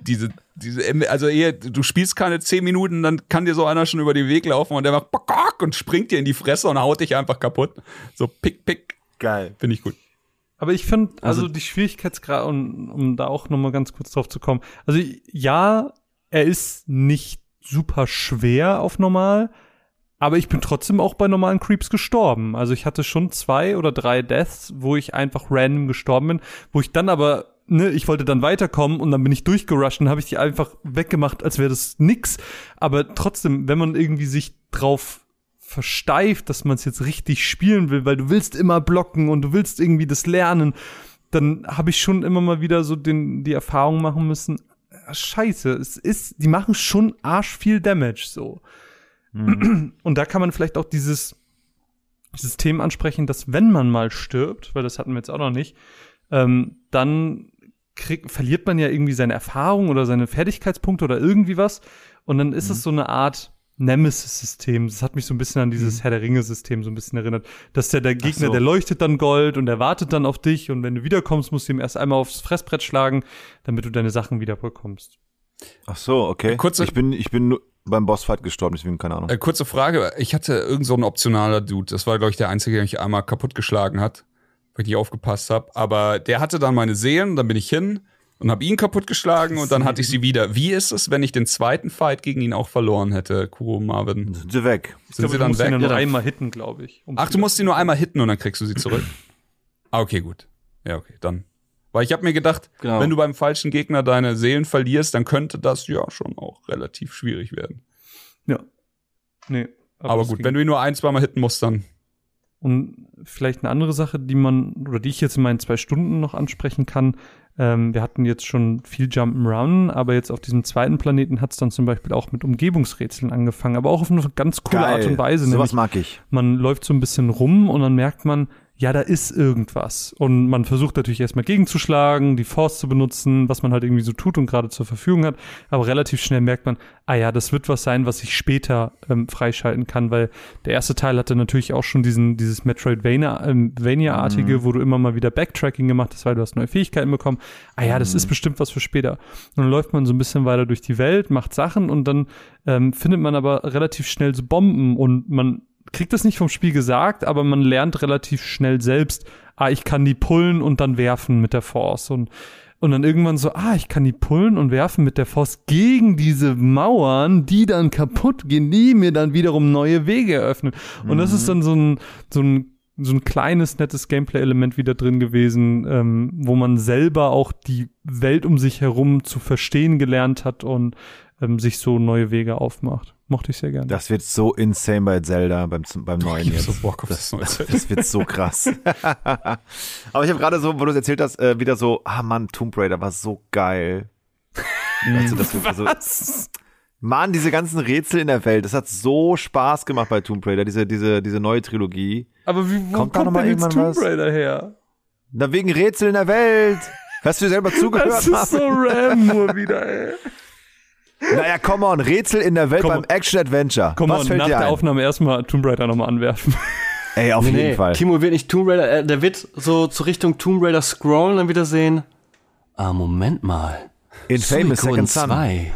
Also du spielst keine 10 Minuten, dann kann dir so einer schon über den Weg laufen und der macht Bock und springt dir in die Fresse und haut dich einfach kaputt. So pick, pick. Geil. Finde ich gut. Aber ich finde, also die Schwierigkeitsgrad, um da auch nochmal ganz kurz drauf zu kommen, also ja, er ist nicht super schwer auf normal, aber ich bin trotzdem auch bei normalen Creeps gestorben. Also ich hatte schon 2 oder 3 Deaths, wo ich einfach random gestorben bin, wo ich dann aber, ich wollte dann weiterkommen und dann bin ich durchgerusht und habe ich die einfach weggemacht, als wäre das nix. Aber trotzdem, wenn man irgendwie sich drauf versteift, dass man es jetzt richtig spielen will, weil du willst immer blocken und du willst irgendwie das lernen, dann habe ich schon immer mal wieder so die Erfahrung machen müssen, scheiße, die machen schon arsch viel Damage, so. Und da kann man vielleicht auch dieses System ansprechen, dass wenn man mal stirbt, weil das hatten wir jetzt auch noch nicht, dann verliert man ja irgendwie seine Erfahrung oder seine Fertigkeitspunkte oder irgendwie was und dann ist es so eine Art Nemesis-System. Das hat mich so ein bisschen an dieses Herr der Ringe-System so ein bisschen erinnert, dass der Gegner, der leuchtet dann Gold und der wartet dann auf dich und wenn du wiederkommst, musst du ihm erst einmal aufs Fressbrett schlagen, damit du deine Sachen wieder bekommst. Ach so, okay. Ich bin nur beim Bossfight gestorben, deswegen keine Ahnung. Kurze Frage. Ich hatte irgend so ein optionaler Dude. Das war, glaube ich, der Einzige, der mich einmal kaputtgeschlagen hat, weil ich nicht aufgepasst habe. Aber der hatte dann meine Seelen, dann bin ich hin und habe ihn kaputtgeschlagen und dann hatte ich sie wieder. Wie ist es, wenn ich den zweiten Fight gegen ihn auch verloren hätte, Kuro Musabin? Sind sie weg. Sind sie dann weg? Du musst ihn nur einmal hitten, glaube ich. Ach, du musst ihn nur einmal hitten und dann kriegst du sie zurück? Okay, gut. Ja, okay, dann. Weil ich habe mir gedacht, wenn du beim falschen Gegner deine Seelen verlierst, dann könnte das ja schon auch relativ schwierig werden. Ja. Nee. Aber gut, wenn du ihn nur 1-2 Mal hitten musst, dann. Und vielleicht eine andere Sache, die ich jetzt in meinen 2 Stunden noch ansprechen kann. Wir hatten jetzt schon viel Jump'n'Run, aber jetzt auf diesem zweiten Planeten hat es dann zum Beispiel auch mit Umgebungsrätseln angefangen, aber auch auf eine ganz coole Art und Weise. Sowas mag ich. Man läuft so ein bisschen rum und dann merkt man, ja, da ist irgendwas. Und man versucht natürlich erstmal gegenzuschlagen, die Force zu benutzen, was man halt irgendwie so tut und gerade zur Verfügung hat. Aber relativ schnell merkt man, das wird was sein, was ich später freischalten kann, weil der erste Teil hatte natürlich auch schon dieses Metroidvania-artige, wo du immer mal wieder Backtracking gemacht hast, weil du hast neue Fähigkeiten bekommen. Das ist bestimmt was für später. Und dann läuft man so ein bisschen weiter durch die Welt, macht Sachen und dann findet man aber relativ schnell so Bomben und man kriegt das nicht vom Spiel gesagt, aber man lernt relativ schnell selbst, ich kann die pullen und dann werfen mit der Force und dann irgendwann so, ich kann die pullen und werfen mit der Force gegen diese Mauern, die dann kaputt gehen, die mir dann wiederum neue Wege eröffnen. Und das ist dann so ein kleines, nettes Gameplay-Element wieder drin gewesen, wo man selber auch die Welt um sich herum zu verstehen gelernt hat und sich so neue Wege aufmacht. Mochte ich sehr gerne. Das wird so insane bei Zelda, beim neuen jetzt. So Bock auf das wird so krass. Aber ich habe gerade so, wo du es erzählt hast, wieder so, Mann, Tomb Raider war so geil. Was? Mann, diese ganzen Rätsel in der Welt, das hat so Spaß gemacht bei Tomb Raider, diese neue Trilogie. Aber wo kommt denn jetzt Tomb Raider her? Na, wegen Rätsel in der Welt. Hast du dir selber zugehört? Das ist so random nur wieder, ey. Naja, come on, Rätsel in der Welt beim Action-Adventure. Was fällt dir ein? Nach der Aufnahme erstmal Tomb Raider nochmal anwerfen. Ey, auf jeden Fall. Timo wird nicht Tomb Raider, der wird so zur Richtung Tomb Raider scrollen und dann wieder sehen, Moment mal. Infamous Second Son. 2.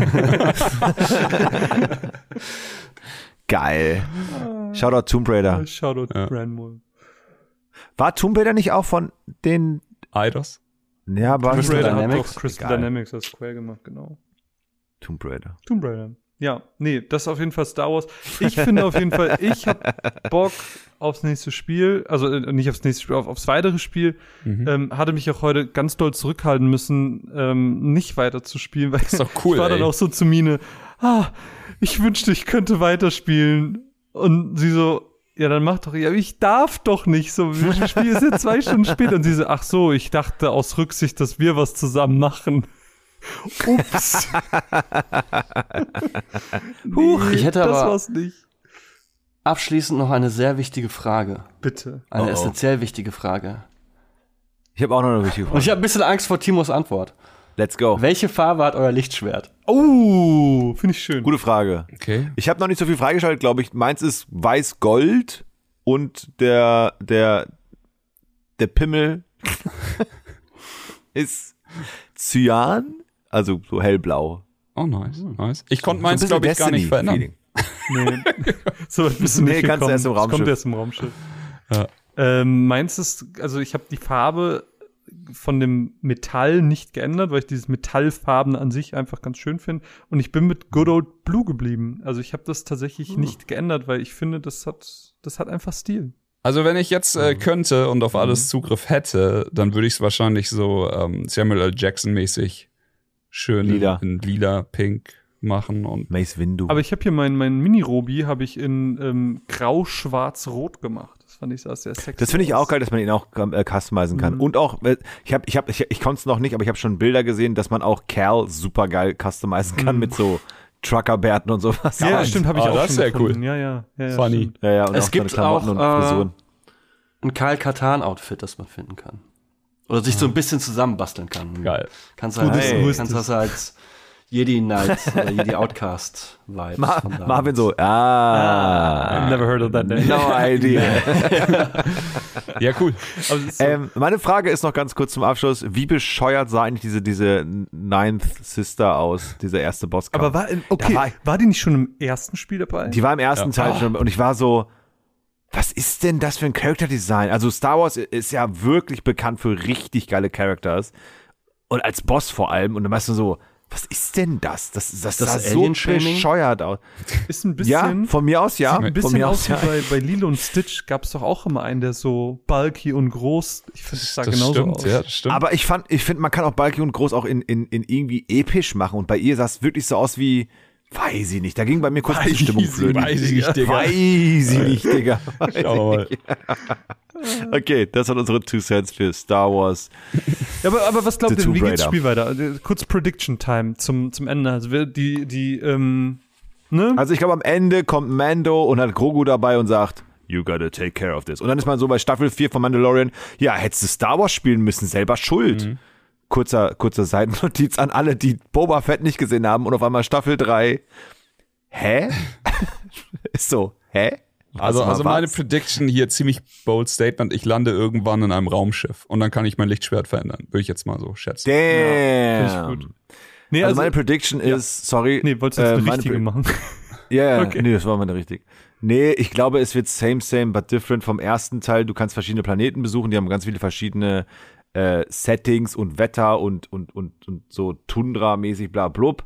Geil. Shoutout Tomb Raider. Shoutout Brandmore. War Tomb Raider nicht auch von den Eidos? Ja, aber Crystal Dynamics hat Square gemacht, genau. Tomb Raider. Tomb Raider. Ja, nee, das ist auf jeden Fall Star Wars. Ich finde auf jeden Fall, ich hab Bock aufs nächste Spiel, also nicht aufs nächste Spiel, aufs weitere Spiel. Hatte mich auch heute ganz doll zurückhalten müssen, nicht weiter zu spielen, weil ist doch cool, ich war dann auch so zu Mine, ich wünschte, ich könnte weiterspielen. Und sie so, ja, dann mach doch, ja, ich darf doch nicht, so, das Spiel ist jetzt 2 Stunden später. Und sie so, ach so, ich dachte aus Rücksicht, dass wir was zusammen machen. Ups. Huch, ich hätte das aber war's nicht. abschließend noch eine sehr wichtige Frage. Bitte. Eine essentiell wichtige Frage. Ich habe auch noch eine wichtige Und Frage. ich habe ein bisschen Angst vor Timos Antwort. Let's go. Welche Farbe hat euer Lichtschwert? Oh, finde ich schön. Gute Frage. Okay. Ich habe noch nicht so viel freigeschaltet, glaube ich. Meins ist weiß-gold und der Pimmel ist Cyan, also so hellblau. Oh, nice, nice. Ich konnte So ein meins, bisschen glaube ich, gar nicht verändern. Destiny-Feeling. Nee. So weit bist du nicht kannst du gekommen. erst im Das Raumschiff. kommt erst im Raumschiff. Ja. Meins ist, also ich habe die Farbe von dem Metall nicht geändert, weil ich dieses Metallfarben an sich einfach ganz schön finde. Und ich bin mit Good Old Blue geblieben. Also ich habe das tatsächlich nicht geändert, weil ich finde, das hat einfach Stil. Also wenn ich jetzt könnte und auf alles Zugriff hätte, dann würde ich es wahrscheinlich so Samuel L. Jackson-mäßig schön Lila. in lila, pink machen. Und Mace Windu. Aber ich habe hier mein Mini-Robi habe ich in grau-schwarz-rot gemacht. Das fand ich sehr sexy. Das finde ich aus. auch geil, dass man ihn auch customizen kann. Und auch, ich konnte es noch nicht, aber ich habe schon Bilder gesehen, dass man auch Cal super geil customizen kann mit so Truckerbärten und sowas. Ja, stimmt, habe ich auch das schon ist sehr gefunden. cool. Ja, Funny. stimmt. Ja, und Es auch gibt seine Klamotten auch, und Frisuren. Ein Kyle Katan-Outfit, das man finden kann. Oder sich so ein bisschen zusammenbasteln kann. Geil. Kannst halt, Hey. kannst das als Jedi Knight oder Jedi Outcast Vibes. von damals. Marvin so, I've never heard of that name. no idea. Ja, cool. Aber es ist so, Meine Frage ist noch ganz kurz zum Abschluss. Wie bescheuert sah eigentlich diese Ninth Sister aus, dieser erste Bosskampf? aber war die nicht schon im ersten Spiel dabei? Die war im ersten Teil schon und ich war so, was ist denn das für ein Character-Design? Also Star Wars ist ja wirklich bekannt für richtig geile Characters und als Boss vor allem und dann weißt du so, was ist denn das? Das sah so Alien-Shaming? bescheuert aus. ist ein Ja, bisschen, von mir aus ja. sieht ein Von bisschen mir aus aus wie ja. bei Lilo und Stitch gab es doch auch immer einen, der so bulky und groß, ich finde, das sah Das genauso stimmt, aus. ja, das stimmt. Aber ich finde, man kann auch bulky und groß auch in irgendwie episch machen und bei ihr sah es wirklich so aus wie, weiß ich nicht, da ging bei mir kurz die Stimmung flöten. Weiß ich nicht, Digga. Weiß ich nicht, Digga. Schau mal. Okay, das waren unsere 2 Cents für Star Wars. Ja, aber was glaubt The ihr, wie Tomb geht's Raider. Spiel weiter? Kurz Prediction Time zum Ende. Also ne? Also ich glaube, am Ende kommt Mando und hat Grogu dabei und sagt, you gotta take care of this. Und dann ist man so bei Staffel 4 von Mandalorian, ja, hättest du Star Wars spielen müssen, selber schuld. Kurzer Seitennotiz an alle, die Boba Fett nicht gesehen haben und auf einmal Staffel 3. Hä? Ist so, hä? Also Was? meine Prediction hier, ziemlich bold Statement, ich lande irgendwann in einem Raumschiff und dann kann ich mein Lichtschwert verändern. Würde ich jetzt mal so schätzen. Damn. Finde ich gut. Nee, Also meine Prediction ist, sorry. nee, wolltest du jetzt eine meine richtige machen? Ja, Okay. nee, das war meine richtig. Nee, ich glaube, es wird same, but different vom ersten Teil. Du kannst verschiedene Planeten besuchen, die haben ganz viele verschiedene Settings und Wetter und so Tundra-mäßig bla blub.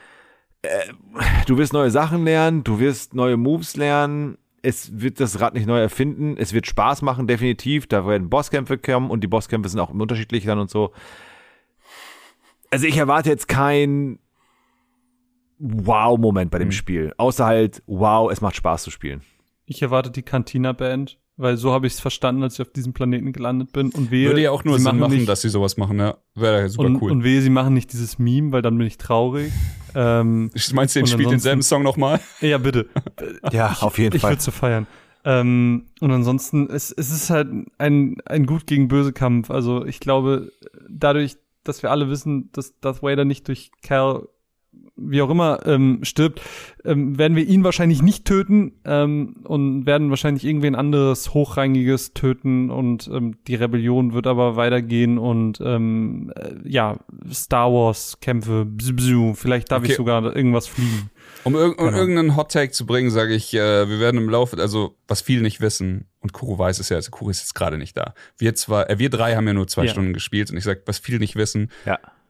Du wirst neue Sachen lernen, du wirst neue Moves lernen. Es wird das Rad nicht neu erfinden. Es wird Spaß machen, definitiv. Da werden Bosskämpfe kommen und die Bosskämpfe sind auch unterschiedlich dann und so. Also ich erwarte jetzt kein Wow-Moment bei dem Spiel. Außer halt, wow, es macht Spaß zu spielen. Ich erwarte die Cantina-Band, weil so habe ich es verstanden, als ich auf diesem Planeten gelandet bin. Und wehe, Würde ja auch nur sie Sinn machen, nicht, dass sie sowas machen, ja. Wäre super und, cool. und wehe, sie machen nicht dieses Meme, weil dann bin ich traurig. Meinst du, den und spielt ansonsten- denselben Song nochmal? Ja, bitte. Ja, auf jeden Ich Fall. würde so feiern. Und ansonsten, es ist halt ein Gut gegen böse Kampf. Also ich glaube, dadurch, dass wir alle wissen, dass Darth Vader nicht durch Cal, wie auch immer, stirbt, werden wir ihn wahrscheinlich nicht töten und werden wahrscheinlich irgendwen anderes Hochrangiges töten und die Rebellion wird aber weitergehen und ja, Star Wars Kämpfe, vielleicht darf ich Okay. sogar irgendwas fliegen. Um irgendeinen Hot-Take zu bringen, sage ich, wir werden im Laufe, also was viele nicht wissen, und Kuro weiß es ja, also Kuro ist jetzt gerade nicht da. Wir drei haben ja nur 2 Ja. Stunden gespielt und ich sag, was viele nicht wissen, Ja.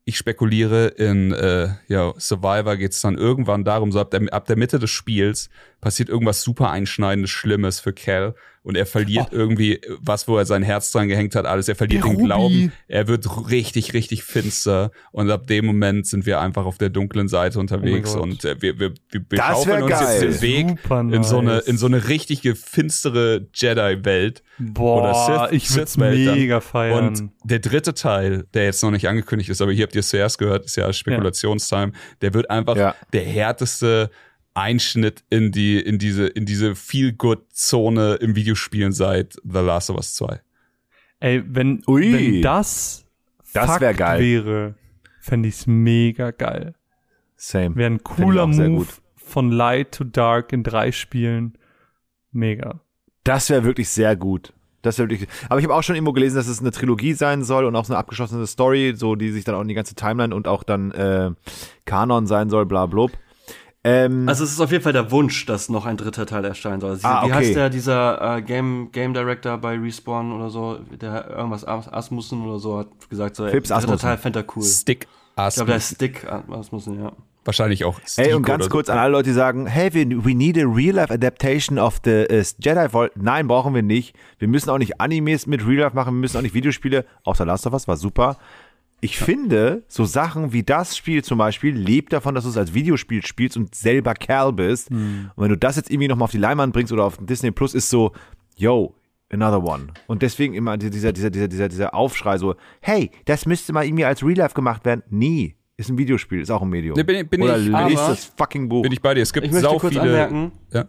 ich spekuliere, in Survivor geht es dann irgendwann darum, so ab der Mitte des Spiels passiert irgendwas super Einschneidendes, Schlimmes für Cal und er verliert irgendwie was, wo er sein Herz dran gehängt hat, alles. Er verliert den Glauben, er wird richtig, richtig finster und ab dem Moment sind wir einfach auf der dunklen Seite unterwegs und wir schaufeln uns jetzt den Weg in so eine richtige finstere Jedi-Welt oder ich würde es mega feiern. Und der dritte Teil, der jetzt noch nicht angekündigt ist, aber hier habt ihr es zuerst gehört, ist ja Spekulationstime, der wird einfach der härteste Einschnitt in diese Feel-Good-Zone im Videospielen seit The Last of Us 2. Ey, wenn das wäre geil. Wäre, fände ich es mega geil. Same. Wäre ein cooler Move von Light to Dark in 3 Spielen. Mega. Das wäre wirklich sehr gut. Aber ich habe auch schon irgendwo gelesen, dass es eine Trilogie sein soll und auch so eine abgeschlossene Story, so die sich dann auch in die ganze Timeline und auch dann Kanon sein soll, bla blub. Also es ist auf jeden Fall der Wunsch, dass noch ein dritter Teil erscheinen soll. Wie heißt der, dieser Game Director bei Respawn oder so, der irgendwas Asmussen oder so hat gesagt, so, Phipps dritter Teil fände er cool. Stick Asmussen. Ich glaube, der ist Stick Asmussen, ja. Wahrscheinlich auch Steve. Und ganz kurz an alle Leute, die sagen, hey, we need a real-life adaptation of the Jedi Vault. Nein, brauchen wir nicht. Wir müssen auch nicht Animes mit Real-Life machen, wir müssen auch nicht Videospiele, außer Last of Us, war super. Ich finde, so Sachen wie das Spiel zum Beispiel lebt davon, dass du es als Videospiel spielst und selber Kerl bist. Und wenn du das jetzt irgendwie nochmal auf die Leinwand bringst oder auf Disney Plus, ist so, yo, another one. Und deswegen immer dieser Aufschrei so, hey, das müsste mal irgendwie als Real Life gemacht werden. Nie. Ist ein Videospiel, ist auch ein Medium. Oder lest das fucking Buch. Bin ich bei dir. Es gibt ich möchte kurz viele anmerken, ja.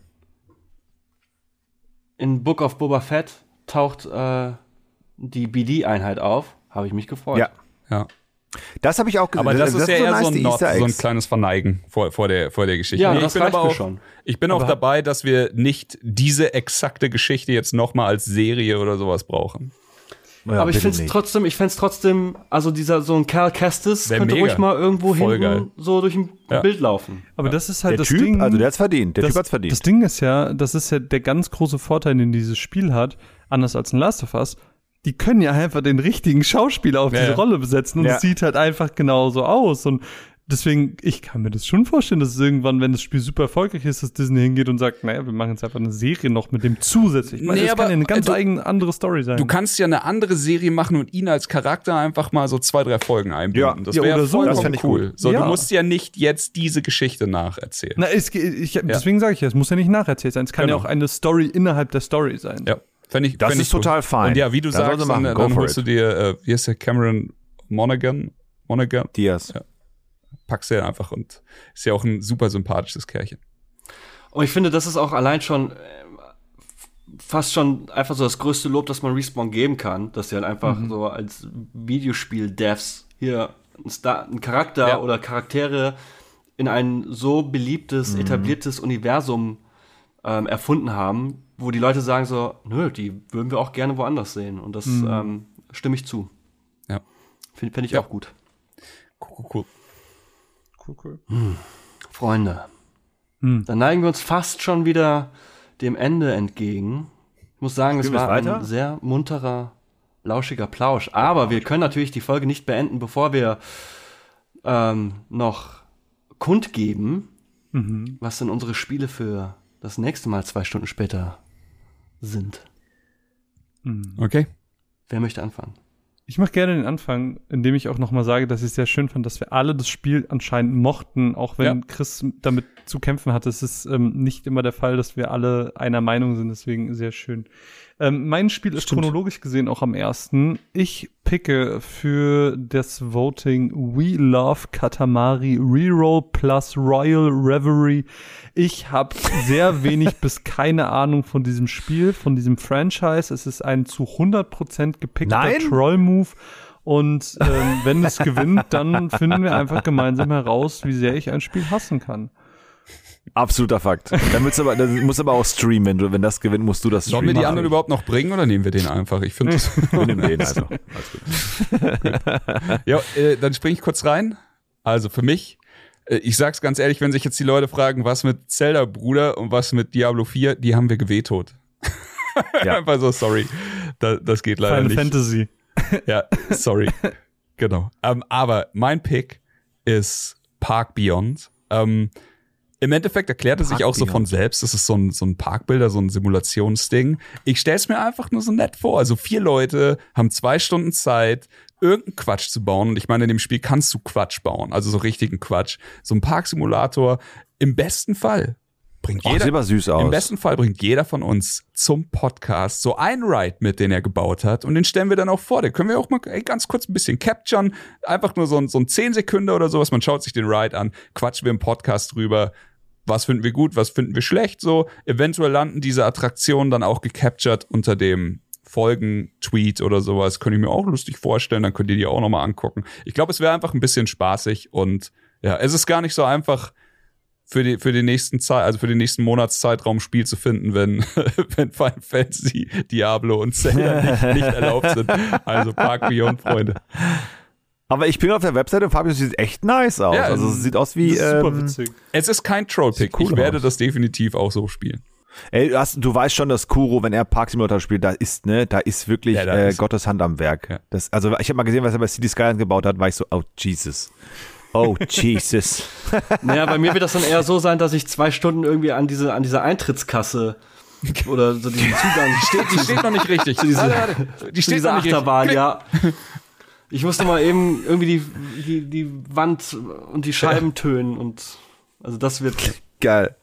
In Book of Boba Fett taucht die BD-Einheit auf. Habe ich mich gefreut. Ja. Das habe ich auch gesehen. Aber das ist ja eher so ein kleines Verneigen vor der Geschichte. Ja, das reicht mir schon. Ich bin auch dabei, dass wir nicht diese exakte Geschichte jetzt nochmal als Serie oder sowas brauchen. Ja, aber ich fände es trotzdem, also so ein Cal Kestis könnte ruhig mal irgendwo hinten so durch ein Bild laufen. Aber das ist halt der Typ, Ding. Also der hat's verdient. Der Typ hat's verdient. Das Ding ist ja, das ist ja der ganz große Vorteil, den dieses Spiel hat, anders als ein Last of Us. Die können ja einfach den richtigen Schauspieler auf diese Rolle besetzen und es sieht halt einfach genauso aus. Und deswegen, ich kann mir das schon vorstellen, dass es irgendwann, wenn das Spiel super erfolgreich ist, dass Disney hingeht und sagt, naja, wir machen jetzt einfach eine Serie noch mit dem zusätzlich. Ich meine, das kann ja eine ganz andere Story sein. Du kannst ja eine andere Serie machen und ihn als Charakter einfach mal so 2-3 Folgen einbinden. Das wäre vollkommen cool. So, du musst ja nicht jetzt diese Geschichte nacherzählen. Deswegen sage ich ja, es muss ja nicht nacherzählt sein. Es kann ja auch eine Story innerhalb der Story sein. Ja. Das ist total fein. Und ja, wie du sagst, dann holst du dir, wie heißt der, Cameron Monaghan? Diaz. Ja. Packst du einfach und ist ja auch ein super sympathisches Kerlchen. Und ich finde, das ist auch allein schon fast schon einfach so das größte Lob, das man Respawn geben kann, dass sie halt einfach so als Videospiel-Devs hier einen Charakter oder Charaktere in ein so beliebtes, etabliertes Universum erfunden haben, wo die Leute sagen so, nö, die würden wir auch gerne woanders sehen. Und das stimme ich zu. Ja. Finde ich auch gut. Cool. Freunde, dann neigen wir uns fast schon wieder dem Ende entgegen. Ich muss sagen, es war ein sehr munterer, lauschiger Plausch. Aber wir können natürlich die Folge nicht beenden, bevor wir noch kundgeben, was denn unsere Spiele für das nächste Mal 2 Stunden später sind. Okay. Wer möchte anfangen? Ich mache gerne den Anfang, indem ich auch nochmal sage, dass ich es sehr schön fand, dass wir alle das Spiel anscheinend mochten, auch wenn Chris damit zu kämpfen hatte. Es ist nicht immer der Fall, dass wir alle einer Meinung sind, deswegen sehr schön. Mein Spiel ist chronologisch gesehen auch am ersten. Ich picke für das Voting We Love Katamari Reroll plus Royal Reverie. Ich habe sehr wenig bis keine Ahnung von diesem Spiel, von diesem Franchise. Es ist ein zu 100% gepickter Troll-Move. Und wenn es gewinnt, dann finden wir einfach gemeinsam heraus, wie sehr ich ein Spiel hassen kann. Absoluter Fakt. Dann musst aber auch streamen, wenn das gewinnt, musst du das streamen. Sollen wir die anderen überhaupt noch bringen oder nehmen wir den einfach? Ich finde das. Wir nehmen den einfach. Alles gut. Ja, dann springe ich kurz rein. Also für mich, ich sag's ganz ehrlich, wenn sich jetzt die Leute fragen, was mit Zelda, Bruder, und was mit Diablo 4, die haben wir gewetot. Ja. Einfach so, sorry. Das geht leider Final nicht. Fantasy. Ja, sorry. Genau. Aber mein Pick ist Park Beyond. Im Endeffekt erklärt es sich auch so von selbst. Das ist so ein Parkbilder, so ein Simulationsding. Ich stelle es mir einfach nur so nett vor. Also 4 Leute haben 2 Stunden Zeit, irgendeinen Quatsch zu bauen. Und ich meine, in dem Spiel kannst du Quatsch bauen. Also so richtigen Quatsch. So ein Parksimulator. Im besten Fall bringt jeder, sieht aber süß aus. Im besten Fall bringt jeder von uns zum Podcast so einen Ride mit, den er gebaut hat. Und den stellen wir dann auch vor. Den können wir auch mal ganz kurz ein bisschen capturen. Einfach nur so ein 10 Sekunden oder sowas. Man schaut sich den Ride an, quatschen wir im Podcast drüber. Was finden wir gut, was finden wir schlecht, so. Eventuell landen diese Attraktionen dann auch gecaptured unter dem Folgen-Tweet oder sowas. Könnte ich mir auch lustig vorstellen, dann könnt ihr die auch nochmal angucken. Ich glaube, es wäre einfach ein bisschen spaßig und ja, es ist gar nicht so einfach für den nächsten Monatszeitraum Spiel zu finden, wenn Final Fantasy, Diablo und Zelda nicht erlaubt sind. Also Park Beyond, Freunde. Aber ich bin auf der Webseite und Fabio, sieht echt nice aus. Ja, also es sieht aus wie super witzig. Es ist kein Trollpick. Cool Ich werde aus. das definitiv auch so spielen. Ey, du weißt schon, dass Kuro, wenn er Park Simulator spielt, da ist wirklich Ja, da ist- Gottes Hand am Werk. Ja. Also ich habe mal gesehen, was er bei City Skyline gebaut hat, war ich so, oh Jesus. Oh Jesus. Naja, bei mir wird das dann eher so sein, dass ich 2 Stunden irgendwie an dieser Eintrittskasse oder so diesen Zugang Die steht noch nicht richtig. zu dieser, Die zu steht dieser noch nicht Achterbahn, richtig. ja. Ich musste mal eben irgendwie die Wand und die Scheiben tönen und also das wird Geil.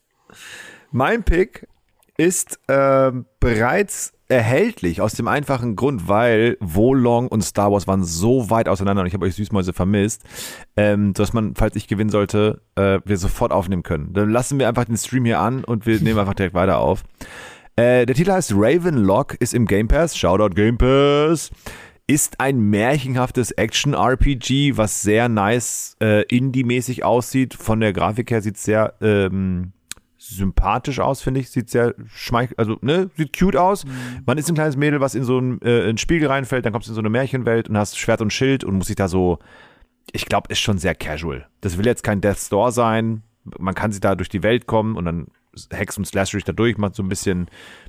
Mein Pick ist bereits erhältlich aus dem einfachen Grund, weil Wolong und Star Wars waren so weit auseinander und ich habe euch Süßmäuse vermisst, dass man, falls ich gewinnen sollte, wir sofort aufnehmen können. Dann lassen wir einfach den Stream hier an und wir nehmen einfach direkt weiter auf. Der Titel heißt Ravenlock, ist im Game Pass. Shoutout Game Pass. Ist ein märchenhaftes Action-RPG, was sehr nice Indie-mäßig aussieht. Von der Grafik her sieht es sehr sympathisch aus, finde ich. Sieht sehr sieht cute aus. Man ist ein kleines Mädel, was in so einen Spiegel reinfällt, dann kommst du in so eine Märchenwelt und hast Schwert und Schild und muss sich da so, ich glaube, ist schon sehr casual. Das will jetzt kein Death's Door sein. Man kann sich da durch die Welt kommen und dann Hex und Slash durch da durch, macht so ein bisschen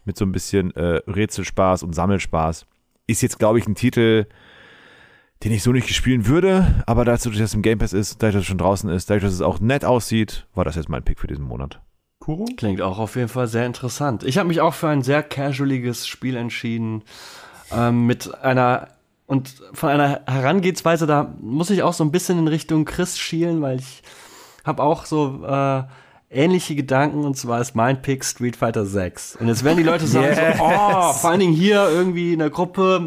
Rätselspaß und Sammelspaß. Ist jetzt, glaube ich, ein Titel, den ich so nicht spielen würde, aber dazu, dass es im Game Pass ist, dadurch, dass es schon draußen ist, dadurch, dass es auch nett aussieht, war das jetzt mein Pick für diesen Monat. Kuro? klingt auch auf jeden Fall sehr interessant. Ich habe mich auch für ein sehr casualiges Spiel entschieden, von einer Herangehensweise, da muss ich auch so ein bisschen in Richtung Chris schielen, weil ich habe auch so ähnliche Gedanken, und zwar ist mein Pick Street Fighter 6. Und jetzt werden die Leute sagen so, vor allen Dingen hier irgendwie in der Gruppe,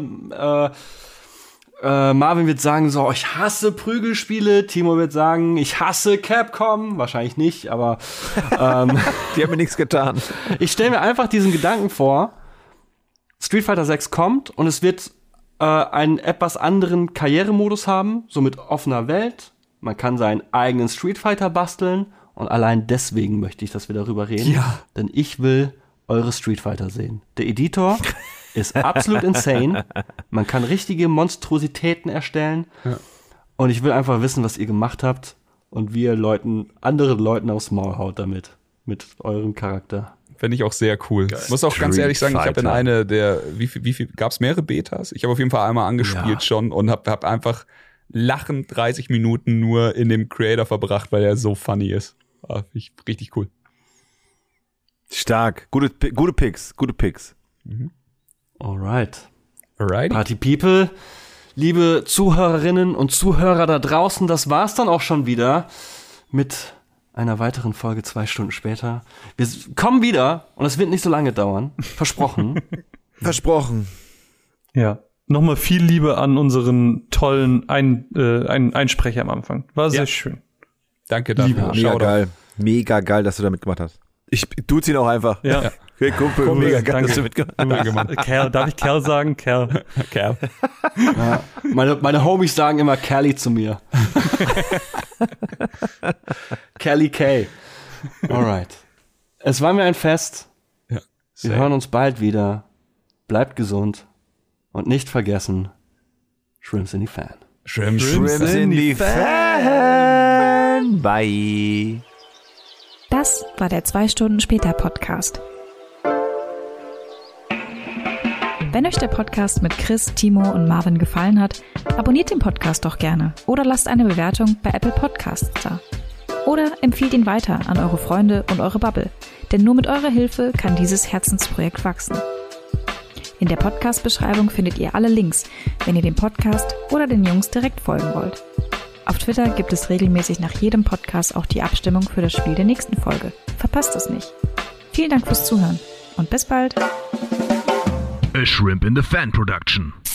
Marvin wird sagen so, ich hasse Prügelspiele, Timo wird sagen, ich hasse Capcom, wahrscheinlich nicht, aber Die haben mir nichts getan. ich stelle mir einfach diesen Gedanken vor, Street Fighter 6 kommt und es wird einen etwas anderen Karrieremodus haben, so mit offener Welt. Man kann seinen eigenen Street Fighter basteln und allein deswegen möchte ich, dass wir darüber reden. Ja. Denn ich will eure Street Fighter sehen. Der Editor ist absolut insane. Man kann richtige Monstrositäten erstellen. Ja. Und ich will einfach wissen, was ihr gemacht habt und wie ihr anderen Leuten aufs Maul haut damit. Mit eurem Charakter. Fände ich auch sehr cool. Ich muss auch ganz Street ehrlich sagen, ich habe in Fighter. eine der, wie viel gab es mehrere Betas? Ich habe auf jeden Fall einmal angespielt schon und hab einfach lachend 30 Minuten nur in dem Creator verbracht, weil er so funny ist. Richtig cool. Stark. Gute Picks. Alright. Alrighty. Party People, liebe Zuhörerinnen und Zuhörer da draußen, das war's dann auch schon wieder mit einer weiteren Folge 2 Stunden später. Wir kommen wieder und es wird nicht so lange dauern. Versprochen. Versprochen. Ja. Nochmal viel Liebe an unseren tollen Einsprecher am Anfang. War sehr schön. Danke dafür. Mega Shoutout. geil. Mega geil, dass du da mitgemacht hast. Ich duze ihn auch einfach. Ja. Okay, Kumpel, mega geil, dass du mitgemacht hast. Danke, Mann. Kerl, darf ich Kerl sagen? Kerl. Kerl. Ja. Meine Homies sagen immer Kelly zu mir. Kelly K. Alright. Es war mir ein Fest. Ja. Wir hören uns bald wieder. Bleibt gesund. Und nicht vergessen, Shrimps in die Fan. Shrimps. Shrimps in die Fan. Bye. Das war der 2 Stunden später Podcast. Wenn euch der Podcast mit Chris, Timo und Marvin gefallen hat, abonniert den Podcast doch gerne oder lasst eine Bewertung bei Apple Podcasts da. Oder empfiehlt ihn weiter an eure Freunde und eure Bubble, denn nur mit eurer Hilfe kann dieses Herzensprojekt wachsen. In der Podcast-Beschreibung findet ihr alle Links, wenn ihr dem Podcast oder den Jungs direkt folgen wollt. Auf Twitter gibt es regelmäßig nach jedem Podcast auch die Abstimmung für das Spiel der nächsten Folge. Verpasst es nicht. Vielen Dank fürs Zuhören und bis bald. A Shrimp in the Fan Production.